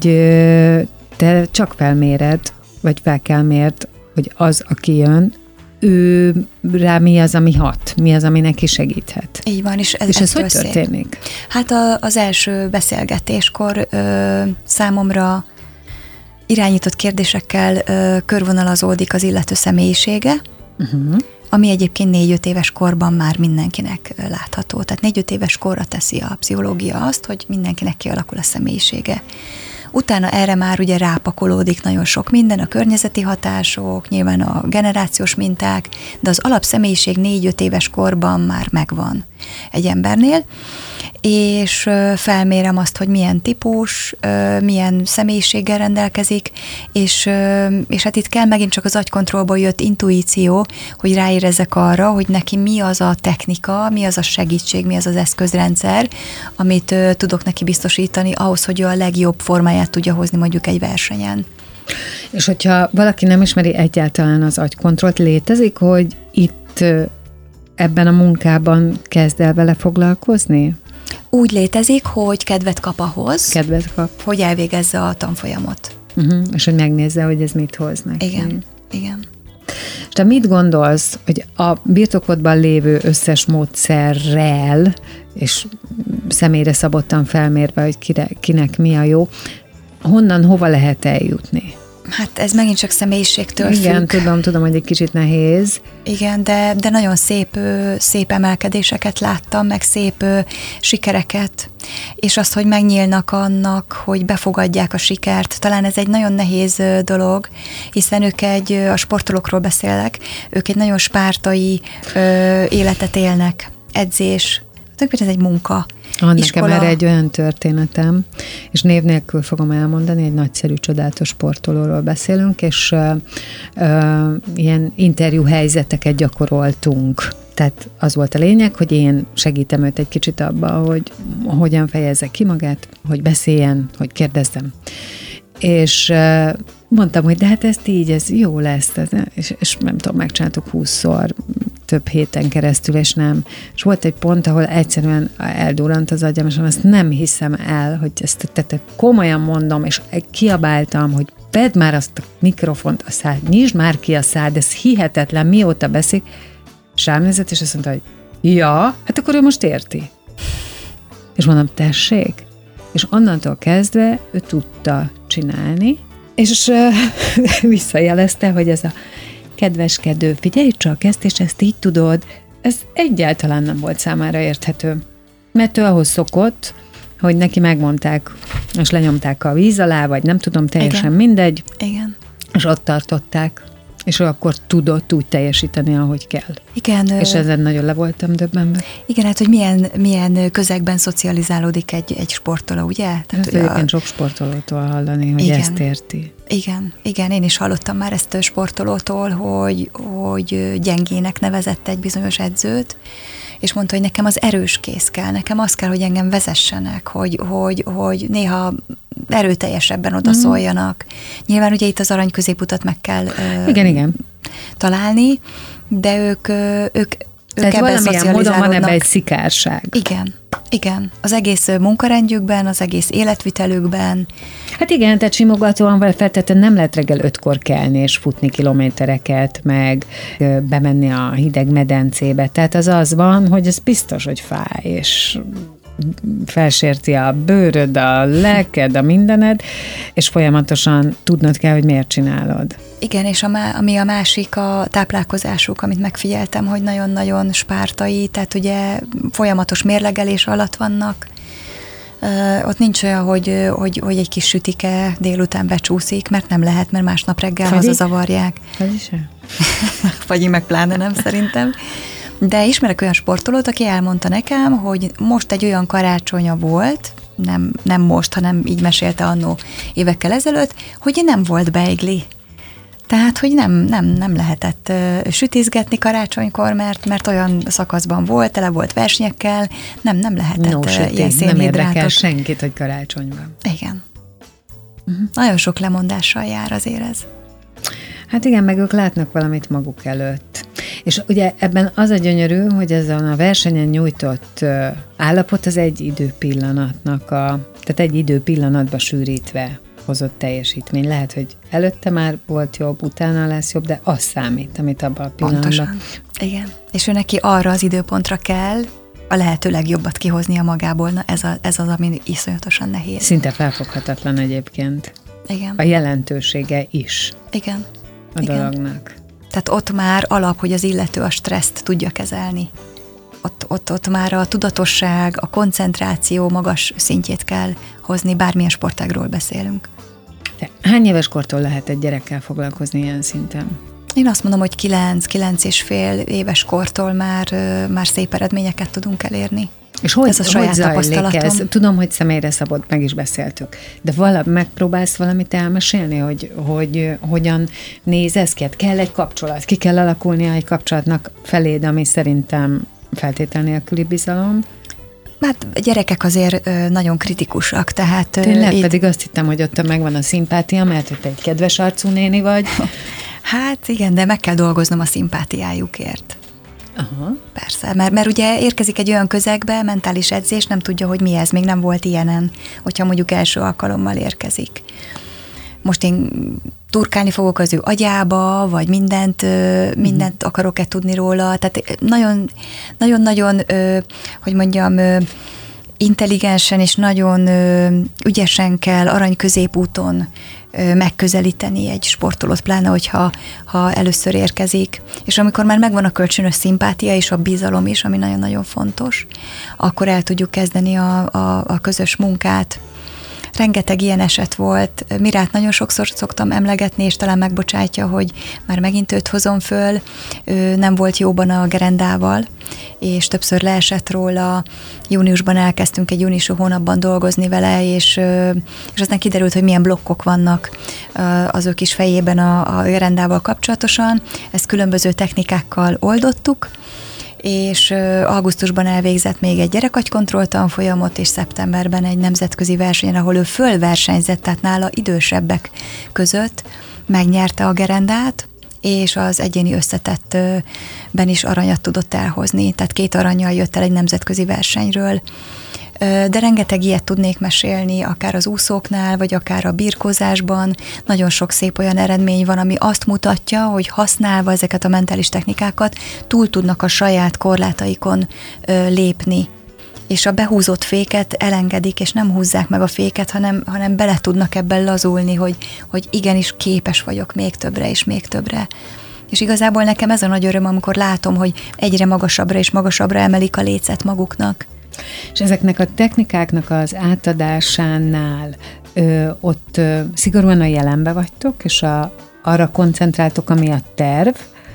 te csak felméred, vagy fel kell mérd, hogy az, aki jön, ő rá mi az, ami hat, mi az, ami neki segíthet. Így van, és ez, és ez hogy szép. történik? Hát a, az első beszélgetéskor ö, számomra irányított kérdésekkel ö, körvonalazódik az illető személyisége, uh-huh. ami egyébként négy-öt éves korban már mindenkinek látható. Tehát négy-öt éves korra teszi a pszichológia azt, hogy mindenkinek kialakul a személyisége. Utána erre már ugye rápakolódik nagyon sok minden, a környezeti hatások, nyilván a generációs minták, de az alapszemélyiség négy-öt éves korban már megvan egy embernél, és felmérem azt, hogy milyen típus, milyen személyiséggel rendelkezik, és, és hát itt kell megint csak az agykontrollból jött intuíció, hogy ráérezzek arra, hogy neki mi az a technika, mi az a segítség, mi az az eszközrendszer, amit tudok neki biztosítani ahhoz, hogy ő a legjobb formáját tudja hozni mondjuk egy versenyen. És hogyha valaki nem ismeri egyáltalán az agykontrollt, létezik, hogy itt ebben a munkában kezd el vele foglalkozni? Úgy létezik, hogy kedvet kap ahhoz, kedvet kap. hogy elvégezze a tanfolyamot. Uh-huh. És hogy megnézze, hogy ez mit hoz neki. Igen, igen. És te mit gondolsz, hogy a birtokodban lévő összes módszerrel, és személyre szabottan felmérve, hogy kire, kinek mi a jó, honnan, hova lehet eljutni? Hát ez megint csak személyiségtől Igen, függ. tudom, tudom, hogy egy kicsit nehéz. Igen, de, de nagyon szép, szép emelkedéseket láttam, meg szép sikereket, és azt, hogy megnyílnak annak, hogy befogadják a sikert. Talán ez egy nagyon nehéz dolog, hiszen ők egy, a sportolókról beszélek, ők egy nagyon spártai ö, életet élnek, edzés, tulajdonképpen ez egy munka. Van Iskola. nekem erre egy olyan történetem, és név nélkül fogom elmondani, egy nagyszerű, csodálatos sportolóról beszélünk, és uh, uh, ilyen interjú helyzeteket gyakoroltunk. Tehát az volt a lényeg, hogy én segítem őt egy kicsit abba, hogy hogyan fejezze ki magát, hogy beszéljen, hogy kérdezzem. És uh, mondtam, hogy de hát ezt így, ez jó lesz, ez, és, és nem tudom, megcsináltuk húszszor, több héten keresztül, és nem. És volt egy pont, ahol egyszerűen eldurrant az agyam, és azt nem hiszem el, hogy ezt tehát komolyan mondom, és kiabáltam, hogy vedd már azt a mikrofont a szád, nyisd már ki a szád, ez hihetetlen, mióta beszél, és rám nézett, és azt mondta, hogy ja, hát akkor ő most érti. És mondom, tessék? És onnantól kezdve ő tudta csinálni, és uh, visszajelezte, hogy ez a kedveskedő, figyelj csak ezt, és ezt így tudod, ez egyáltalán nem volt számára érthető. Mert ő ahhoz szokott, hogy neki megmondták, és lenyomták a víz alá, vagy nem tudom, teljesen Igen. mindegy, Igen. és ott tartották, és ő akkor tudott úgy teljesíteni, ahogy kell. Igen. És ezen nagyon le voltam döbbenve. Igen, hát, hogy milyen, milyen közegben szocializálódik egy, egy sportoló, ugye? Tehát, Ezt egyébként sok sportolótól hallani, hogy igen. ezt érti. Igen, igen, én is hallottam már ezt a sportolótól, hogy, hogy gyengének nevezett egy bizonyos edzőt, és mondta, hogy nekem az erős kéz kell, nekem az kell, hogy engem vezessenek, hogy, hogy, hogy néha erőteljesebben odaszóljanak. Mm. Nyilván ugye itt az arany középutat meg kell igen, igen. találni, de ők, ők, Tehát ők ebben valamilyen módon van ebben egy szocializálódnak. szikárság. Igen, igen. Az egész munkarendjükben, az egész életvitelükben. Hát igen, tehát simogatóan vagy feltétlenül nem lehet reggel ötkor kelni és futni kilométereket, meg ö, bemenni a hideg medencébe. Tehát az az van, hogy ez biztos, hogy fáj, és felsérti a bőröd, a lelked, a mindened, és folyamatosan tudnod kell, hogy miért csinálod. Igen, és a má, ami a másik a táplálkozásuk, amit megfigyeltem, hogy nagyon-nagyon spártai, tehát ugye folyamatos mérlegelés alatt vannak. Uh, ott nincs olyan, hogy, hogy, hogy egy kis sütike délután becsúszik, mert nem lehet, mert másnap reggel Fedi? hazazavarják. Ez is el? Vagy meg pláne nem szerintem. De ismerek olyan sportolót, aki elmondta nekem, hogy most egy olyan karácsonya volt, nem, nem most, hanem így mesélte annó évekkel ezelőtt, hogy nem volt beigli. Tehát, hogy nem, nem, nem lehetett uh, sütizgetni karácsonykor, mert, mert olyan szakaszban volt, tele volt versenyekkel, nem, nem lehetett no, uh, shit, ilyen nem érdekel szénhidrátot. senkit, hogy karácsony van. Igen. Uh-huh. Nagyon sok lemondással jár azért ez. Hát igen, meg ők látnak valamit maguk előtt. És ugye ebben az a gyönyörű, hogy ezen a versenyen nyújtott uh, állapot az egy időpillanatnak, a, tehát egy időpillanatba sűrítve hozott teljesítmény. Lehet, hogy előtte már volt jobb, utána lesz jobb, de az számít, amit abban a pillanatban. Pontosan. Igen. És ő neki arra az időpontra kell a lehető legjobbat kihoznia magából. Na ez, a, ez az, ami iszonyatosan nehéz. Szinte felfoghatatlan egyébként. Igen. A jelentősége is Igen. a Igen. dolognak. Tehát ott már alap, hogy az illető a stresszt tudja kezelni. Ott, ott, ott már a tudatosság, a koncentráció magas szintjét kell hozni, bármilyen sportágról beszélünk. De hány éves kortól lehet egy gyerekkel foglalkozni ilyen szinten? Én azt mondom, hogy kilenc, kilenc és fél éves kortól már, már szép eredményeket tudunk elérni. És hogy, ez a saját hogy zajlik tapasztalatom. ez? Tudom, hogy személyre szabott, meg is beszéltük. De vala, megpróbálsz valamit elmesélni, hogy, hogy hogyan néz ez ki? Hát kell egy kapcsolat, ki kell alakulnia egy kapcsolatnak feléd, ami szerintem feltétel nélküli bizalom. Hát a gyerekek azért ö, nagyon kritikusak, tehát... Tényleg, itt... pedig azt hittem, hogy ott megvan a szimpátia, mert hogy te egy kedves arcú néni vagy. Hát igen, de meg kell dolgoznom a szimpátiájukért. Aha. Persze, mert, mert ugye érkezik egy olyan közegbe, mentális edzés, nem tudja, hogy mi ez, még nem volt ilyenen, hogyha mondjuk első alkalommal érkezik. Most én turkálni fogok az ő agyába, vagy mindent, uh-huh. mindent akarok-e tudni róla, tehát nagyon, nagyon-nagyon, hogy mondjam, intelligensen és nagyon ügyesen kell arany középúton megközelíteni egy sportolót, pláne, hogyha ha először érkezik. És amikor már megvan a kölcsönös szimpátia és a bizalom is, ami nagyon-nagyon fontos, akkor el tudjuk kezdeni a, a, a közös munkát. Rengeteg ilyen eset volt. Mirát nagyon sokszor szoktam emlegetni, és talán megbocsátja, hogy már megint őt hozom föl. Ő nem volt jóban a gerendával, és többször leesett róla. Júniusban elkezdtünk egy júniusi hónapban dolgozni vele, és, és aztán kiderült, hogy milyen blokkok vannak az ő kis fejében a, a gerendával kapcsolatosan. Ezt különböző technikákkal oldottuk, és augusztusban elvégzett még egy gyerekagykontroll tanfolyamot, és szeptemberben egy nemzetközi versenyen, ahol ő fölversenyzett, tehát nála idősebbek között megnyerte a gerendát, és az egyéni összetettben is aranyat tudott elhozni, tehát két arannyal jött el egy nemzetközi versenyről. De rengeteg ilyet tudnék mesélni, akár az úszóknál, vagy akár a birkózásban. Nagyon sok szép olyan eredmény van, ami azt mutatja, hogy használva ezeket a mentális technikákat túl tudnak a saját korlátaikon lépni. És a behúzott féket elengedik, és nem húzzák meg a féket, hanem, hanem bele tudnak ebben lazulni, hogy, hogy igenis képes vagyok még többre és még többre. És igazából nekem ez a nagy öröm, amikor látom, hogy egyre magasabbra és magasabbra emelik a lécet maguknak. És ezeknek a technikáknak az átadásánál ö, ott ö, szigorúan a jelenbe vagytok, és a, arra koncentráltok, ami a terv,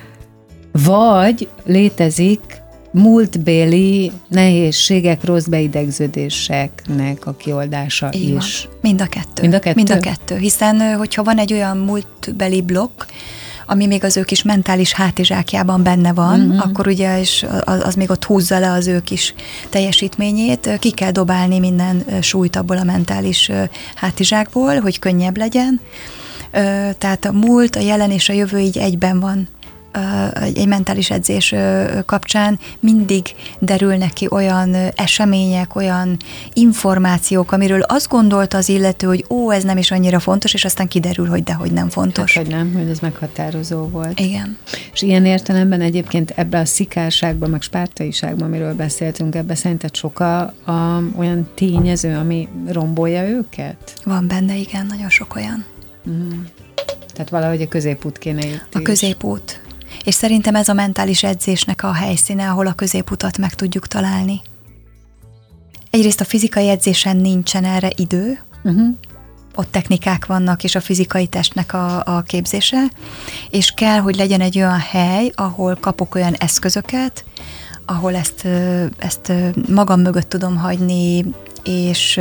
vagy létezik múltbéli nehézségek, rossz beidegződéseknek a kioldása Így is. Van. Mind a kettő. Mind a kettő? Mind a kettő, hiszen hogyha van egy olyan múltbeli blokk, ami még az ő kis mentális hátizsákjában benne van, uh-huh. akkor ugye is az, az még ott húzza le az ő kis teljesítményét. Ki kell dobálni minden súlyt abból a mentális hátizsákból, hogy könnyebb legyen. Tehát a múlt, a jelen és a jövő így egyben van. Egy mentális edzés kapcsán mindig derülnek ki olyan események, olyan információk, amiről azt gondolta az illető, hogy ó, ez nem is annyira fontos, és aztán kiderül, hogy dehogy nem fontos. Hát, hogy nem, hogy ez meghatározó volt. Igen. És ilyen értelemben egyébként ebbe a szikárságban, meg spártaiságban, amiről beszéltünk, ebbe szerinted sok a, a, olyan tényező, ami rombolja őket? Van benne, igen, nagyon sok olyan. Mm. Tehát valahogy a középút kéne itt A is. középút. És szerintem ez a mentális edzésnek a helyszíne, ahol a középutat meg tudjuk találni. Egyrészt a fizikai edzésen nincsen erre idő, uh-huh. ott technikák vannak, és a fizikai testnek a, a képzése, és kell, hogy legyen egy olyan hely, ahol kapok olyan eszközöket, ahol ezt, ezt magam mögött tudom hagyni, és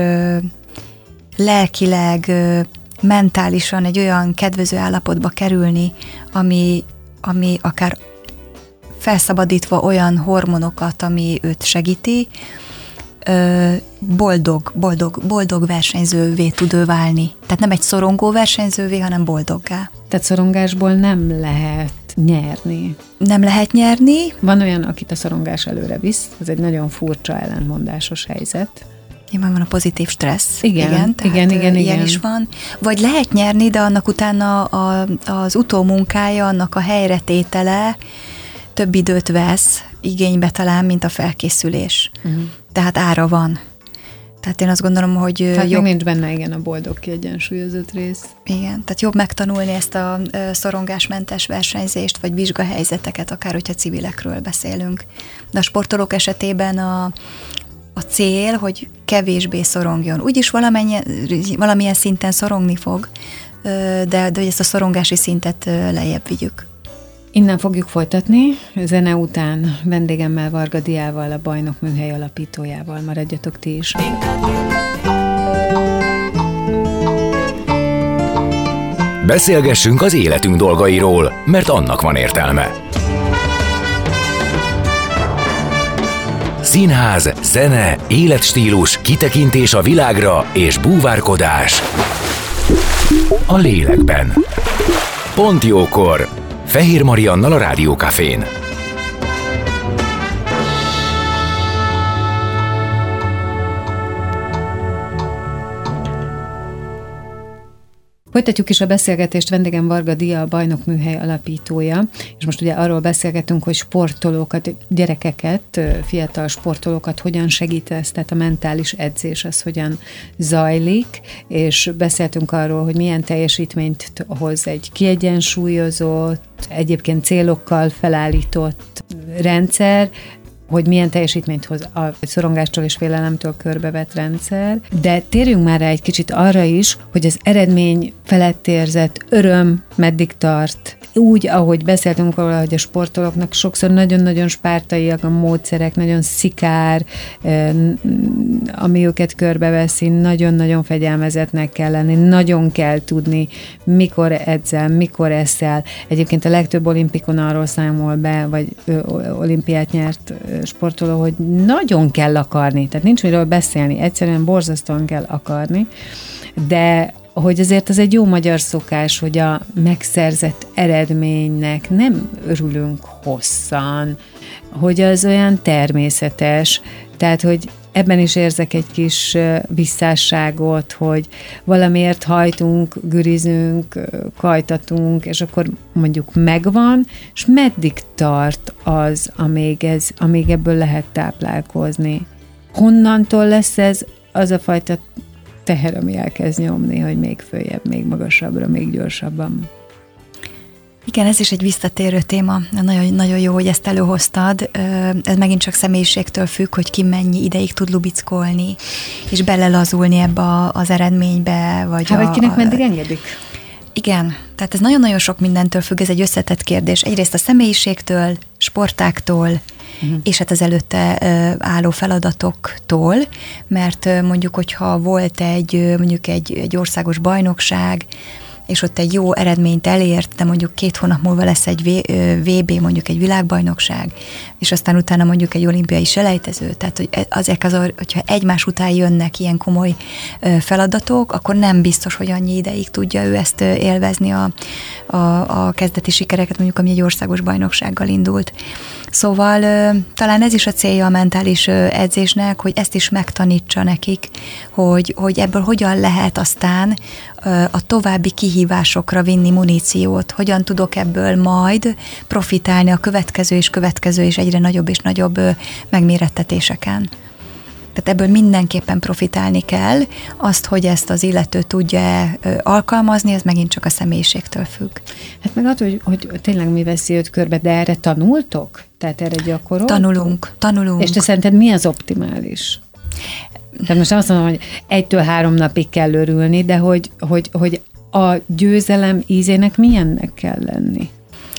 lelkileg, mentálisan egy olyan kedvező állapotba kerülni, ami ami akár felszabadítva olyan hormonokat, ami őt segíti, boldog, boldog, boldog versenyzővé tud ő válni. Tehát nem egy szorongó versenyzővé, hanem boldoggá. Tehát szorongásból nem lehet nyerni. Nem lehet nyerni. Van olyan, akit a szorongás előre visz, ez egy nagyon furcsa, ellentmondásos helyzet. Nyilván van a pozitív stressz. Igen, igen, tehát igen, igen, ilyen igen. is van. Vagy lehet nyerni, de annak utána a, az utómunkája, annak a helyretétele több időt vesz igénybe talán, mint a felkészülés. Uh-huh. Tehát ára van. Tehát én azt gondolom, hogy tehát jobb... nincs benne, igen, a boldog kiegyensúlyozott rész. Igen, tehát jobb megtanulni ezt a szorongásmentes versenyzést, vagy vizsgahelyzeteket, akár hogyha civilekről beszélünk. De a sportolók esetében a a cél, hogy kevésbé szorongjon. Úgyis valamilyen szinten szorongni fog, de, de hogy ezt a szorongási szintet lejjebb vigyük. Innen fogjuk folytatni, zene után vendégemmel, Varga Diával, a Bajnok Műhely alapítójával. Maradjatok ti is. Beszélgessünk az életünk dolgairól, mert annak van értelme. Színház, zene, életstílus, kitekintés a világra és búvárkodás a lélekben. Pont jókor! Fehér Mariannal a Rádiókafén. Folytatjuk is a beszélgetést, vendégem Varga Dia, a Bajnok Műhely alapítója, és most ugye arról beszélgetünk, hogy sportolókat, gyerekeket, fiatal sportolókat hogyan segítesz, tehát a mentális edzés az hogyan zajlik, és beszéltünk arról, hogy milyen teljesítményt hoz egy kiegyensúlyozott, egyébként célokkal felállított rendszer, hogy milyen teljesítményt hoz a szorongástól és félelemtől körbevett rendszer, de térjünk már rá egy kicsit arra is, hogy az eredmény felett érzett öröm meddig tart. Úgy, ahogy beszéltünk róla, hogy a sportolóknak sokszor nagyon-nagyon spártaiak a módszerek, nagyon szikár, ami őket körbeveszi, nagyon-nagyon fegyelmezetnek kell lenni, nagyon kell tudni, mikor edzel, mikor eszel. Egyébként a legtöbb olimpikon arról számol be, vagy olimpiát nyert sportoló, hogy nagyon kell akarni, tehát nincs miről beszélni, egyszerűen borzasztóan kell akarni, de hogy azért az egy jó magyar szokás, hogy a megszerzett eredménynek nem örülünk hosszan, hogy az olyan természetes, tehát hogy ebben is érzek egy kis visszásságot, hogy valamiért hajtunk, gürizünk, kajtatunk, és akkor mondjuk megvan, és meddig tart az, amíg, ez, amíg ebből lehet táplálkozni. Honnantól lesz ez az a fajta teher, ami elkezd nyomni, hogy még följebb, még magasabbra, még gyorsabban? Igen, ez is egy visszatérő téma. Nagyon, nagyon jó, hogy ezt előhoztad. Ez megint csak személyiségtől függ, hogy ki mennyi ideig tud lubickolni, és belelazulni ebbe az eredménybe. Vagy hát, a, vagy kinek meddig engedik? Igen, tehát ez nagyon-nagyon sok mindentől függ, ez egy összetett kérdés. Egyrészt a személyiségtől, sportáktól, uh-huh. és hát az előtte álló feladatoktól, mert mondjuk, hogyha volt egy, mondjuk egy, egy országos bajnokság, és ott egy jó eredményt elért, de mondjuk két hónap múlva lesz egy vé bé, mondjuk egy világbajnokság, és aztán utána mondjuk egy olimpiai selejtező, tehát hogy azért az, hogyha egymás után jönnek ilyen komoly feladatok, akkor nem biztos, hogy annyi ideig tudja ő ezt élvezni a, a, a kezdeti sikereket, mondjuk ami egy országos bajnoksággal indult. Szóval talán ez is a célja a mentális edzésnek, hogy ezt is megtanítsa nekik, hogy, hogy ebből hogyan lehet aztán a további kihívásokra vinni muníciót, hogyan tudok ebből majd profitálni a következő és következő és egyre nagyobb és nagyobb megmérettetéseken. Tehát ebből mindenképpen profitálni kell. Azt, hogy ezt az illető tudja alkalmazni, ez megint csak a személyiségtől függ. Hát meg attól, hogy, hogy tényleg mi veszi őt körbe, de erre tanultok? Tehát erre gyakoroltok? Tanulunk, tanulunk. És te szerinted mi az optimális? Tehát most nem azt mondom, hogy egytől három napig kell örülni, de hogy, hogy, hogy a győzelem ízének milyennek kell lenni?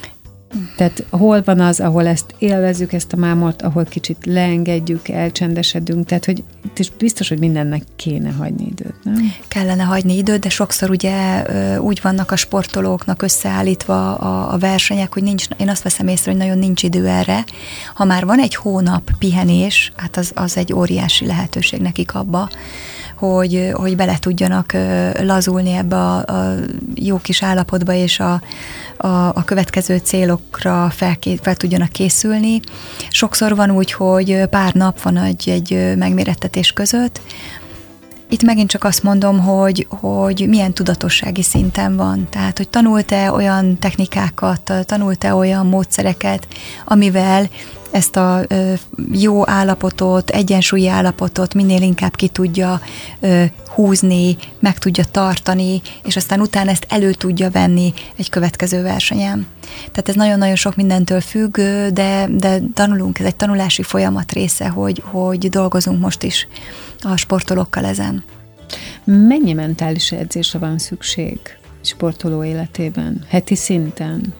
Tehát hol van az, ahol ezt élvezzük, ezt a mámort, ahol kicsit leengedjük, elcsendesedünk, tehát hogy itt is biztos, hogy mindennek kéne hagyni időt, nem? Kellene hagyni időt, de sokszor ugye úgy vannak a sportolóknak összeállítva a, a versenyek, hogy nincs, én azt veszem észre, hogy nagyon nincs idő erre. Ha már van egy hónap pihenés, hát az, az egy óriási lehetőség nekik abba, hogy, hogy bele tudjanak lazulni ebbe a, a jó kis állapotba, és a, a, a következő célokra fel, fel tudjanak készülni. Sokszor van úgy, hogy pár nap van egy, egy megmérettetés között. Itt megint csak azt mondom, hogy, hogy milyen tudatossági szinten van. Tehát, hogy tanult-e olyan technikákat, tanult-e olyan módszereket, amivel ezt a ö, jó állapotot, egyensúlyi állapotot minél inkább ki tudja ö, húzni, meg tudja tartani, és aztán utána ezt elő tudja venni egy következő versenyen. Tehát ez nagyon-nagyon sok mindentől függ, de, de tanulunk, ez egy tanulási folyamat része, hogy, hogy dolgozunk most is a sportolókkal ezen. Mennyi mentális edzésre van szükség sportoló életében? Heti szinten?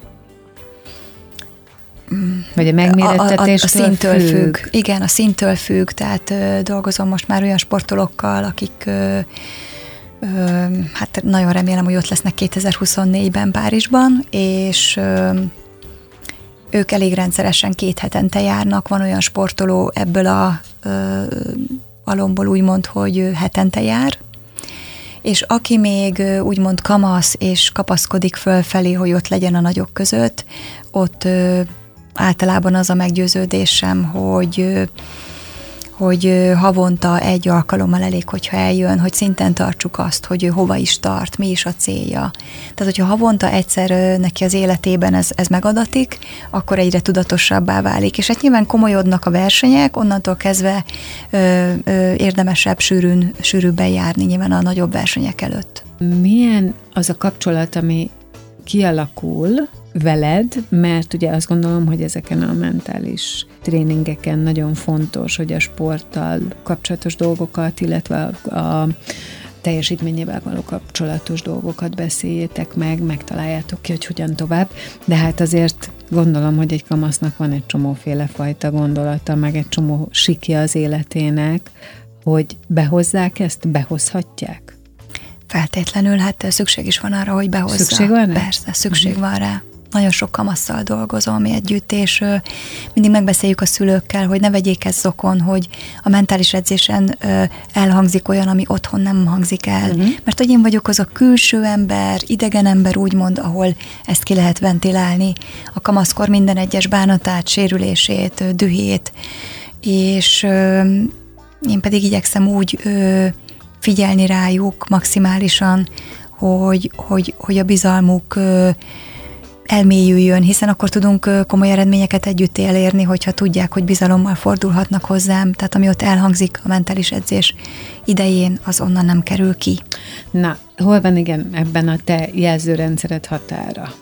Vagy a megmérettetéstől a, a, a szintől függ? függ. Igen, a szintől függ, tehát ö, dolgozom most már olyan sportolókkal, akik ö, ö, hát nagyon remélem, hogy ott lesznek kétezer-huszonnégyben Párizsban, és ö, ők elég rendszeresen két hetente járnak. Van olyan sportoló ebből a ö, alomból úgymond, hogy hetente jár, és aki még úgymond kamasz és kapaszkodik fölfelé, hogy ott legyen a nagyok között, ott ö, általában az a meggyőződésem, hogy, hogy havonta egy alkalommal elég, hogyha eljön, hogy szinten tartsuk azt, hogy ő hova is tart, mi is a célja. Tehát, hogyha havonta egyszer neki az életében ez, ez megadatik, akkor egyre tudatosabbá válik. És hát nyilván komolyodnak a versenyek, onnantól kezdve ö, ö, érdemesebb sűrűn, sűrűbben járni nyilván a nagyobb versenyek előtt. Milyen az a kapcsolat, ami kialakul veled, mert ugye azt gondolom, hogy ezeken a mentális tréningeken nagyon fontos, hogy a sporttal kapcsolatos dolgokat, illetve a, a teljesítményével való kapcsolatos dolgokat beszéljétek meg, megtaláljátok ki, hogy hogyan tovább, de hát azért gondolom, hogy egy kamasznak van egy csomóféle fajta gondolata, meg egy csomó sikja az életének, hogy behozzák ezt, behozhatják? Feltétlenül, hát szükség is van arra, hogy behozza. Szükség van rá? Persze, szükség uh-huh. van rá. Nagyon sok kamasszal dolgozom együtt, és ö, mindig megbeszéljük a szülőkkel, hogy ne vegyék ezt zokon, hogy a mentális edzésen ö, elhangzik olyan, ami otthon nem hangzik el. Uh-huh. Mert hogy én vagyok az a külső ember, idegen ember úgymond, ahol ezt ki lehet ventilálni. A kamaszkor minden egyes bánatát, sérülését, dühét, és ö, én pedig igyekszem úgy ö, figyelni rájuk maximálisan, hogy, hogy, hogy a bizalmuk ö, elmélyüljön, hiszen akkor tudunk komoly eredményeket együtt elérni, hogyha tudják, hogy bizalommal fordulhatnak hozzám, tehát ami ott elhangzik a mentális edzés idején, az onnan nem kerül ki. Na, hol van igen ebben a te jelzőrendszered határa?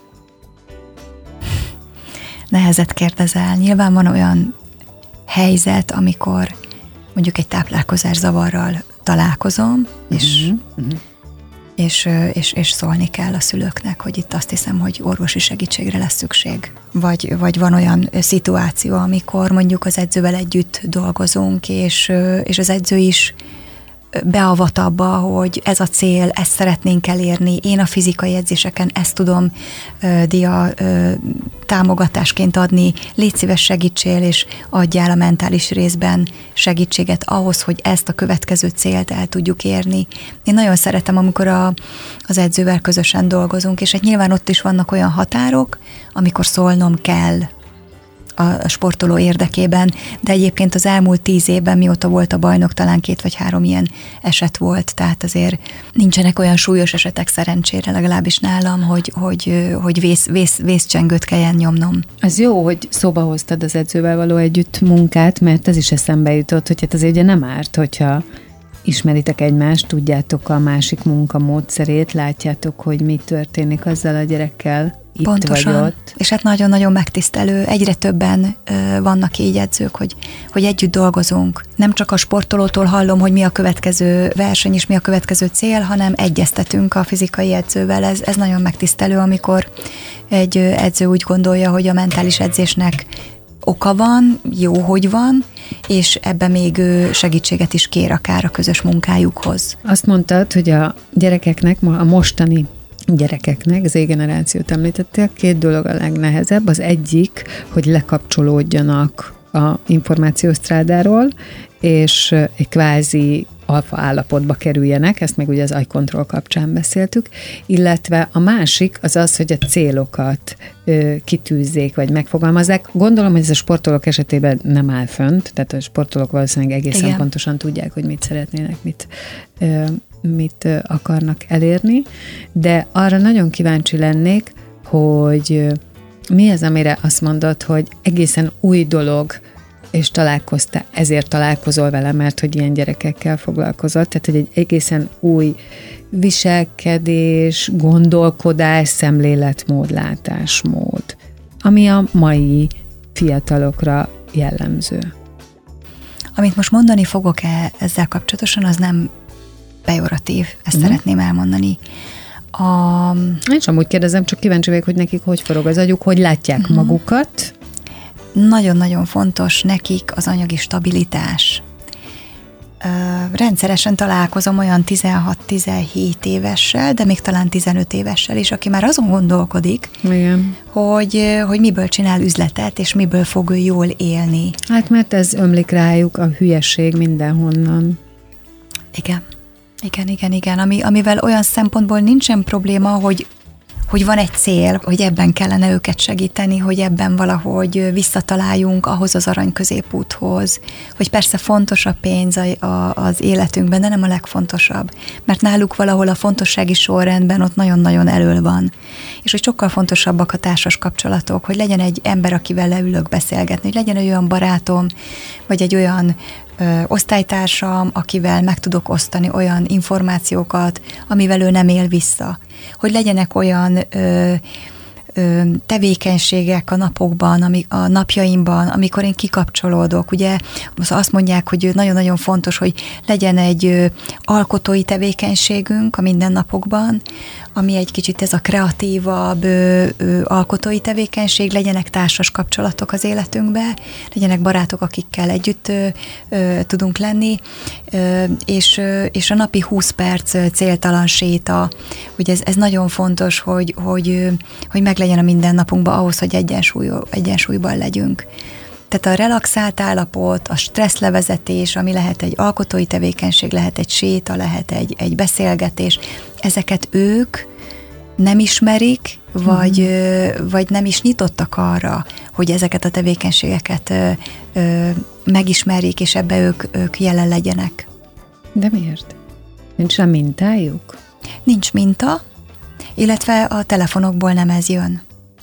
Nehezet kérdezel. Nyilván van olyan helyzet, amikor mondjuk egy táplálkozás zavarral találkozom, uh-huh. és uh-huh. És, és, és szólni kell a szülőknek, hogy itt azt hiszem, hogy orvosi segítségre lesz szükség. Vagy, vagy van olyan szituáció, amikor mondjuk az edzővel együtt dolgozunk, és, és az edző is beavat abba, hogy ez a cél, ezt szeretnénk elérni, én a fizikai edzéseken ezt tudom ö, dia ö, támogatásként adni, légy szíves segítsél, és adjál a mentális részben segítséget ahhoz, hogy ezt a következő célt el tudjuk érni. Én nagyon szeretem, amikor a, az edzővel közösen dolgozunk, és hát nyilván ott is vannak olyan határok, amikor szólnom kell a sportoló érdekében, de egyébként az elmúlt tíz évben, mióta volt a bajnok, talán két vagy három ilyen eset volt, tehát azért nincsenek olyan súlyos esetek szerencsére, legalábbis nálam, hogy, hogy, hogy vész, vész, vészcsengőt kelljen nyomnom. Az jó, hogy szóba hoztad az edzővel való együtt munkát, mert ez is eszembe jutott, hogy hát azért ugye nem árt, hogyha ismeritek egymást, tudjátok a másik munkamódszerét, látjátok, hogy mi történik azzal a gyerekkel, itt Pontosan. vagy ott. És hát nagyon-nagyon megtisztelő, egyre többen ö, vannak így edzők, hogy, hogy együtt dolgozunk. Nem csak a sportolótól hallom, hogy mi a következő verseny és mi a következő cél, hanem egyeztetünk a fizikai edzővel. Ez, ez nagyon megtisztelő, amikor egy edző úgy gondolja, hogy a mentális edzésnek oka van, jó, hogy van, és ebben még segítséget is kér akár a közös munkájukhoz. Azt mondtad, hogy a gyerekeknek, a mostani gyerekeknek, Z-generációt említettél, két dolog a legnehezebb. Az egyik, hogy lekapcsolódjanak a információsztrádáról, és egy kvázi alfa állapotba kerüljenek, ezt meg ugye az agykontroll kapcsán beszéltük, illetve a másik az az, hogy a célokat ö, kitűzzék, vagy megfogalmazzák. Gondolom, hogy ez a sportolók esetében nem áll fönt, tehát a sportolók valószínűleg egészen Igen. pontosan tudják, hogy mit szeretnének, mit, ö, mit ö, akarnak elérni, de arra nagyon kíváncsi lennék, hogy ö, mi az, amire azt mondod, hogy egészen új dolog, és találkoztál, ezért találkozol vele, mert hogy ilyen gyerekekkel foglalkozol, tehát hogy egy egészen új viselkedés, gondolkodás, szemléletmód, látásmód, ami a mai fiatalokra jellemző. Amit most mondani fogok-e ezzel kapcsolatosan, az nem pejoratív, ezt uh-huh. szeretném elmondani. A... Én sem úgy kérdezem, csak kíváncsi vagyok, hogy nekik hogy forog az agyuk, hogy látják uh-huh. magukat. Nagyon-nagyon fontos nekik az anyagi stabilitás. Rendszeresen találkozom olyan tizenhat-tizenhét évessel, de még talán tizenöt évessel is, aki már azon gondolkodik, Igen. Hogy, hogy miből csinál üzletet, és miből fog ő jól élni. Hát mert ez ömlik rájuk a hülyeség mindenhonnan. Igen, igen, igen, igen. Ami, amivel olyan szempontból nincsen probléma, hogy hogy van egy cél, hogy ebben kellene őket segíteni, hogy ebben valahogy visszataláljunk ahhoz az arany középúthoz, hogy persze fontos a pénz a, a, az életünkben, de nem a legfontosabb, mert náluk valahol a fontossági sorrendben ott nagyon-nagyon elől van. És hogy sokkal fontosabbak a társas kapcsolatok, hogy legyen egy ember, akivel leülök beszélgetni, hogy legyen egy olyan barátom, vagy egy olyan ö, osztálytársam, akivel meg tudok osztani olyan információkat, amivel ő nem él vissza. Hogy legyenek olyan ö, ö, tevékenységek a napokban, ami, a napjaimban, amikor én kikapcsolódok. Ugye azt mondják, hogy nagyon-nagyon fontos, hogy legyen egy ö, alkotói tevékenységünk a mindennapokban, ami egy kicsit ez a kreatívabb ö, ö, alkotói tevékenység, legyenek társas kapcsolatok az életünkbe, legyenek barátok, akikkel együtt ö, ö, tudunk lenni, ö, és, ö, és a napi húsz perc céltalan séta, hogy ez, ez nagyon fontos, hogy, hogy, ö, hogy meglegyen a mindennapunkban ahhoz, hogy egyensúly, egyensúlyban legyünk. Tehát a relaxált állapot, a stresszlevezetés, ami lehet egy alkotói tevékenység, lehet egy séta, lehet egy, egy beszélgetés, ezeket ők nem ismerik, vagy, mm. vagy nem is nyitottak arra, hogy ezeket a tevékenységeket ö, ö, megismerjék, és ebbe ők, ők jelen legyenek. De miért? Nincs rá mintájuk? Nincs minta, illetve a telefonokból nem ez jön.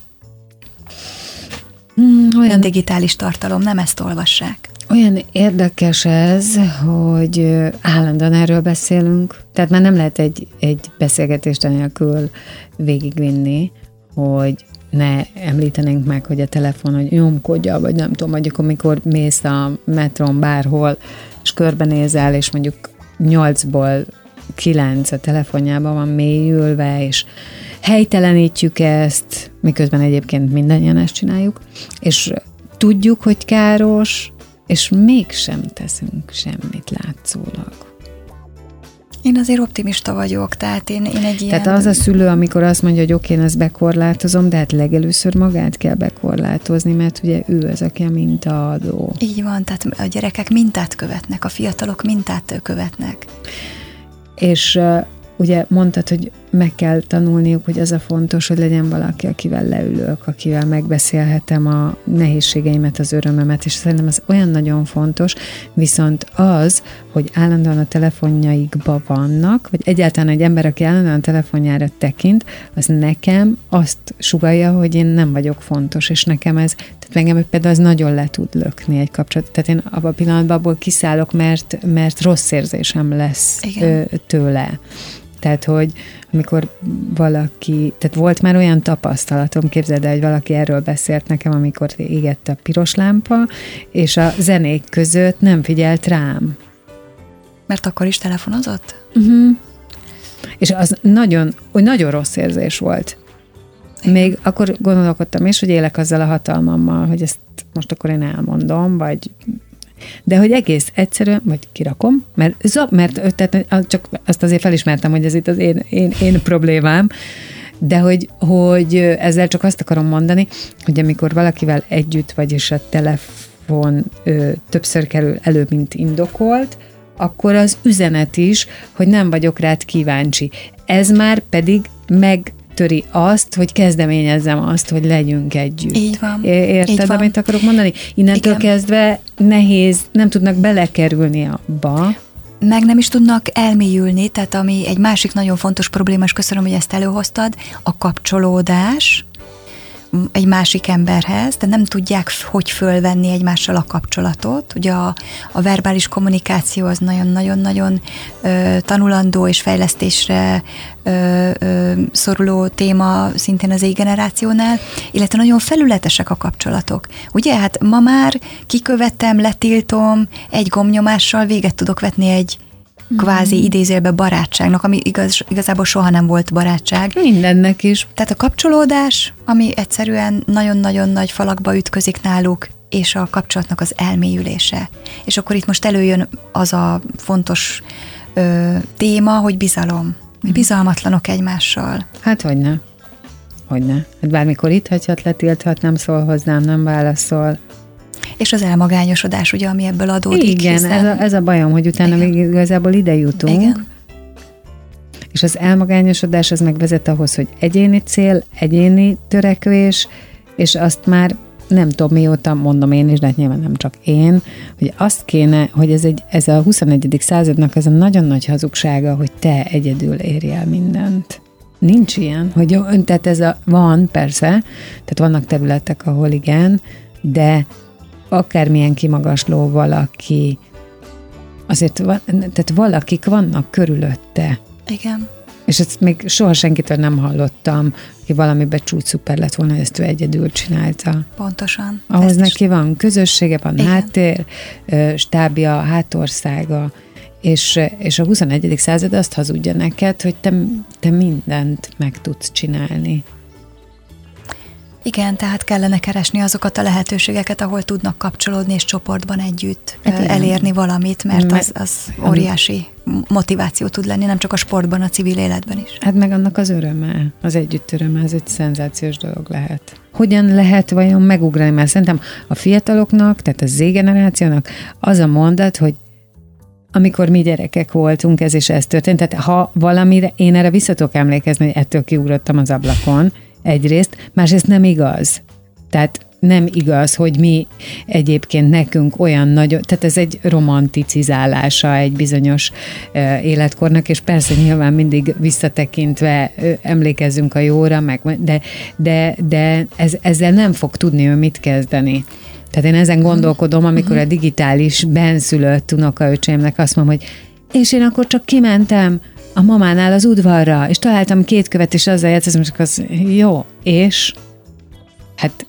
Hmm, olyan digitális tartalom, nem ezt olvassák. Olyan érdekes ez, hogy állandóan erről beszélünk, tehát már nem lehet egy, egy beszélgetést nélkül végigvinni, hogy ne említenénk meg, hogy a telefon, hogy nyomkodja, vagy nem tudom, vagy akkor mikor mész a metron bárhol, és körbenézel, és mondjuk nyolcból kilenc a telefonjában van mélyülve, és helytelenítjük ezt, miközben egyébként mindannyian ezt csináljuk, és tudjuk, hogy káros, és mégsem teszünk semmit látszólag. Én azért optimista vagyok, tehát én, én egy ilyen... Tehát az a szülő, amikor azt mondja, hogy oké, én ezt bekorlátozom, de hát legelőször magát kell bekorlátozni, mert ugye ő az, aki a mintaadó. Így van, tehát a gyerekek mintát követnek, a fiatalok mintát követnek. És uh, ugye mondtad, hogy meg kell tanulniuk, hogy az a fontos, hogy legyen valaki, akivel leülök, akivel megbeszélhetem a nehézségeimet, az örömömet, és szerintem ez olyan nagyon fontos, viszont az, hogy állandóan a telefonjaikba vannak, vagy egyáltalán egy ember, aki állandóan a telefonjára tekint, az nekem azt sugallja, hogy én nem vagyok fontos, és nekem ez, tehát engem például az nagyon le tud lökni egy kapcsolat. Tehát én abban a pillanatban abból kiszállok, mert, mert rossz érzésem lesz ö, tőle. Tehát, hogy amikor valaki, tehát volt már olyan tapasztalatom, képzeld el, hogy valaki erről beszélt nekem, amikor égett a piros lámpa, és a zenék között nem figyelt rám. Mert akkor is telefonozott? Uh-huh. És az nagyon, hogy nagyon rossz érzés volt. Igen. Még akkor gondolkodtam is, hogy élek azzal a hatalmammal, hogy ezt most akkor én elmondom, vagy... De hogy egész egyszerűen, vagy kirakom, mert, mert tehát csak azt azért felismertem, hogy ez itt az én, én, én problémám, de hogy, hogy ezzel csak azt akarom mondani, hogy amikor valakivel együtt vagy, és a telefon ö, többször kerül elő, mint indokolt, akkor az üzenet is, hogy nem vagyok rád kíváncsi. Ez már pedig meg töri azt, hogy kezdeményezzem azt, hogy legyünk együtt. Így van. Érted, Így van. amit akarok mondani? Innentől Igen. kezdve nehéz, nem tudnak belekerülni abba. Meg nem is tudnak elmélyülni, tehát ami egy másik nagyon fontos probléma, és köszönöm, hogy ezt előhoztad, a kapcsolódás egy másik emberhez, de nem tudják, hogy fölvenni egymással a kapcsolatot. Ugye a, a verbális kommunikáció az nagyon-nagyon-nagyon ö, tanulandó és fejlesztésre ö, ö, szoruló téma szintén az Z-generációnál, illetve nagyon felületesek a kapcsolatok. Ugye, hát ma már kikövetem, letiltom, egy gombnyomással véget tudok vetni egy kvázi idézőjelben barátságnak, ami igaz, igazából soha nem volt barátság. Mindennek is. Tehát a kapcsolódás, ami egyszerűen nagyon-nagyon nagy falakba ütközik náluk, és a kapcsolatnak az elmélyülése. És akkor itt most előjön az a fontos ö, téma, hogy bizalom. Mi bizalmatlanok egymással. Hát hogyne. Hogyne. Hát bármikor itt hagyhat, letilthat, nem szól hozzám, nem válaszol. És az elmagányosodás, ugye, ami ebből adódik. Igen, hiszen... ez, a, ez a bajom, hogy utána Igen. még igazából ide jutunk. Igen. És az elmagányosodás az meg vezet ahhoz, hogy egyéni cél, egyéni törekvés, és azt már nem tudom mióta, mondom én is, de hát nyilván nem csak én, hogy azt kéne, hogy ez, egy, ez a huszonegyedik századnak ez a nagyon nagy hazugsága, hogy te egyedül érj el mindent. Nincs ilyen, hogy jó, tehát ez a, van persze, tehát vannak területek, ahol igen, de akármilyen kimagasló valaki, azért van, tehát valakik vannak körülötte. Igen. És ezt még soha senkitől nem hallottam, hogy valamiben csúcsszuper lett volna, hogy ezt ő egyedül csinálta. Pontosan. Ahhoz Ezt neki is van közössége, van igen. háttér, stábja, hátországa, és, és a huszonegyedik század azt hazudja neked, hogy te, te mindent meg tudsz csinálni. Igen, tehát kellene keresni azokat a lehetőségeket, ahol tudnak kapcsolódni és csoportban együtt hát elérni valamit, mert az, az óriási motiváció tud lenni, nem csak a sportban, a civil életben is. Hát meg annak az öröme, az együtt öröme, ez egy szenzációs dolog lehet. Hogyan lehet vajon megugrani? Mert szerintem a fiataloknak, tehát a Z-generációnak az a mondat, hogy amikor mi gyerekek voltunk, ez és ez történt. Tehát ha valamire, én erre vissza tudok emlékezni, hogy ettől kiugrottam az ablakon, egyrészt, másrészt nem igaz. Tehát nem igaz, hogy mi egyébként nekünk olyan nagyon, tehát ez egy romanticizálása egy bizonyos uh, életkornak, és persze nyilván mindig visszatekintve uh, emlékezzünk a jóra, meg, de, de, de ez, ezzel nem fog tudni ő mit kezdeni. Tehát én ezen gondolkodom, amikor a digitális benszülött unokaöcsémnek azt mondom, hogy és én akkor csak kimentem a mamánál az udvarra, és találtam két követ, és azzal játszom, csak az jó, és hát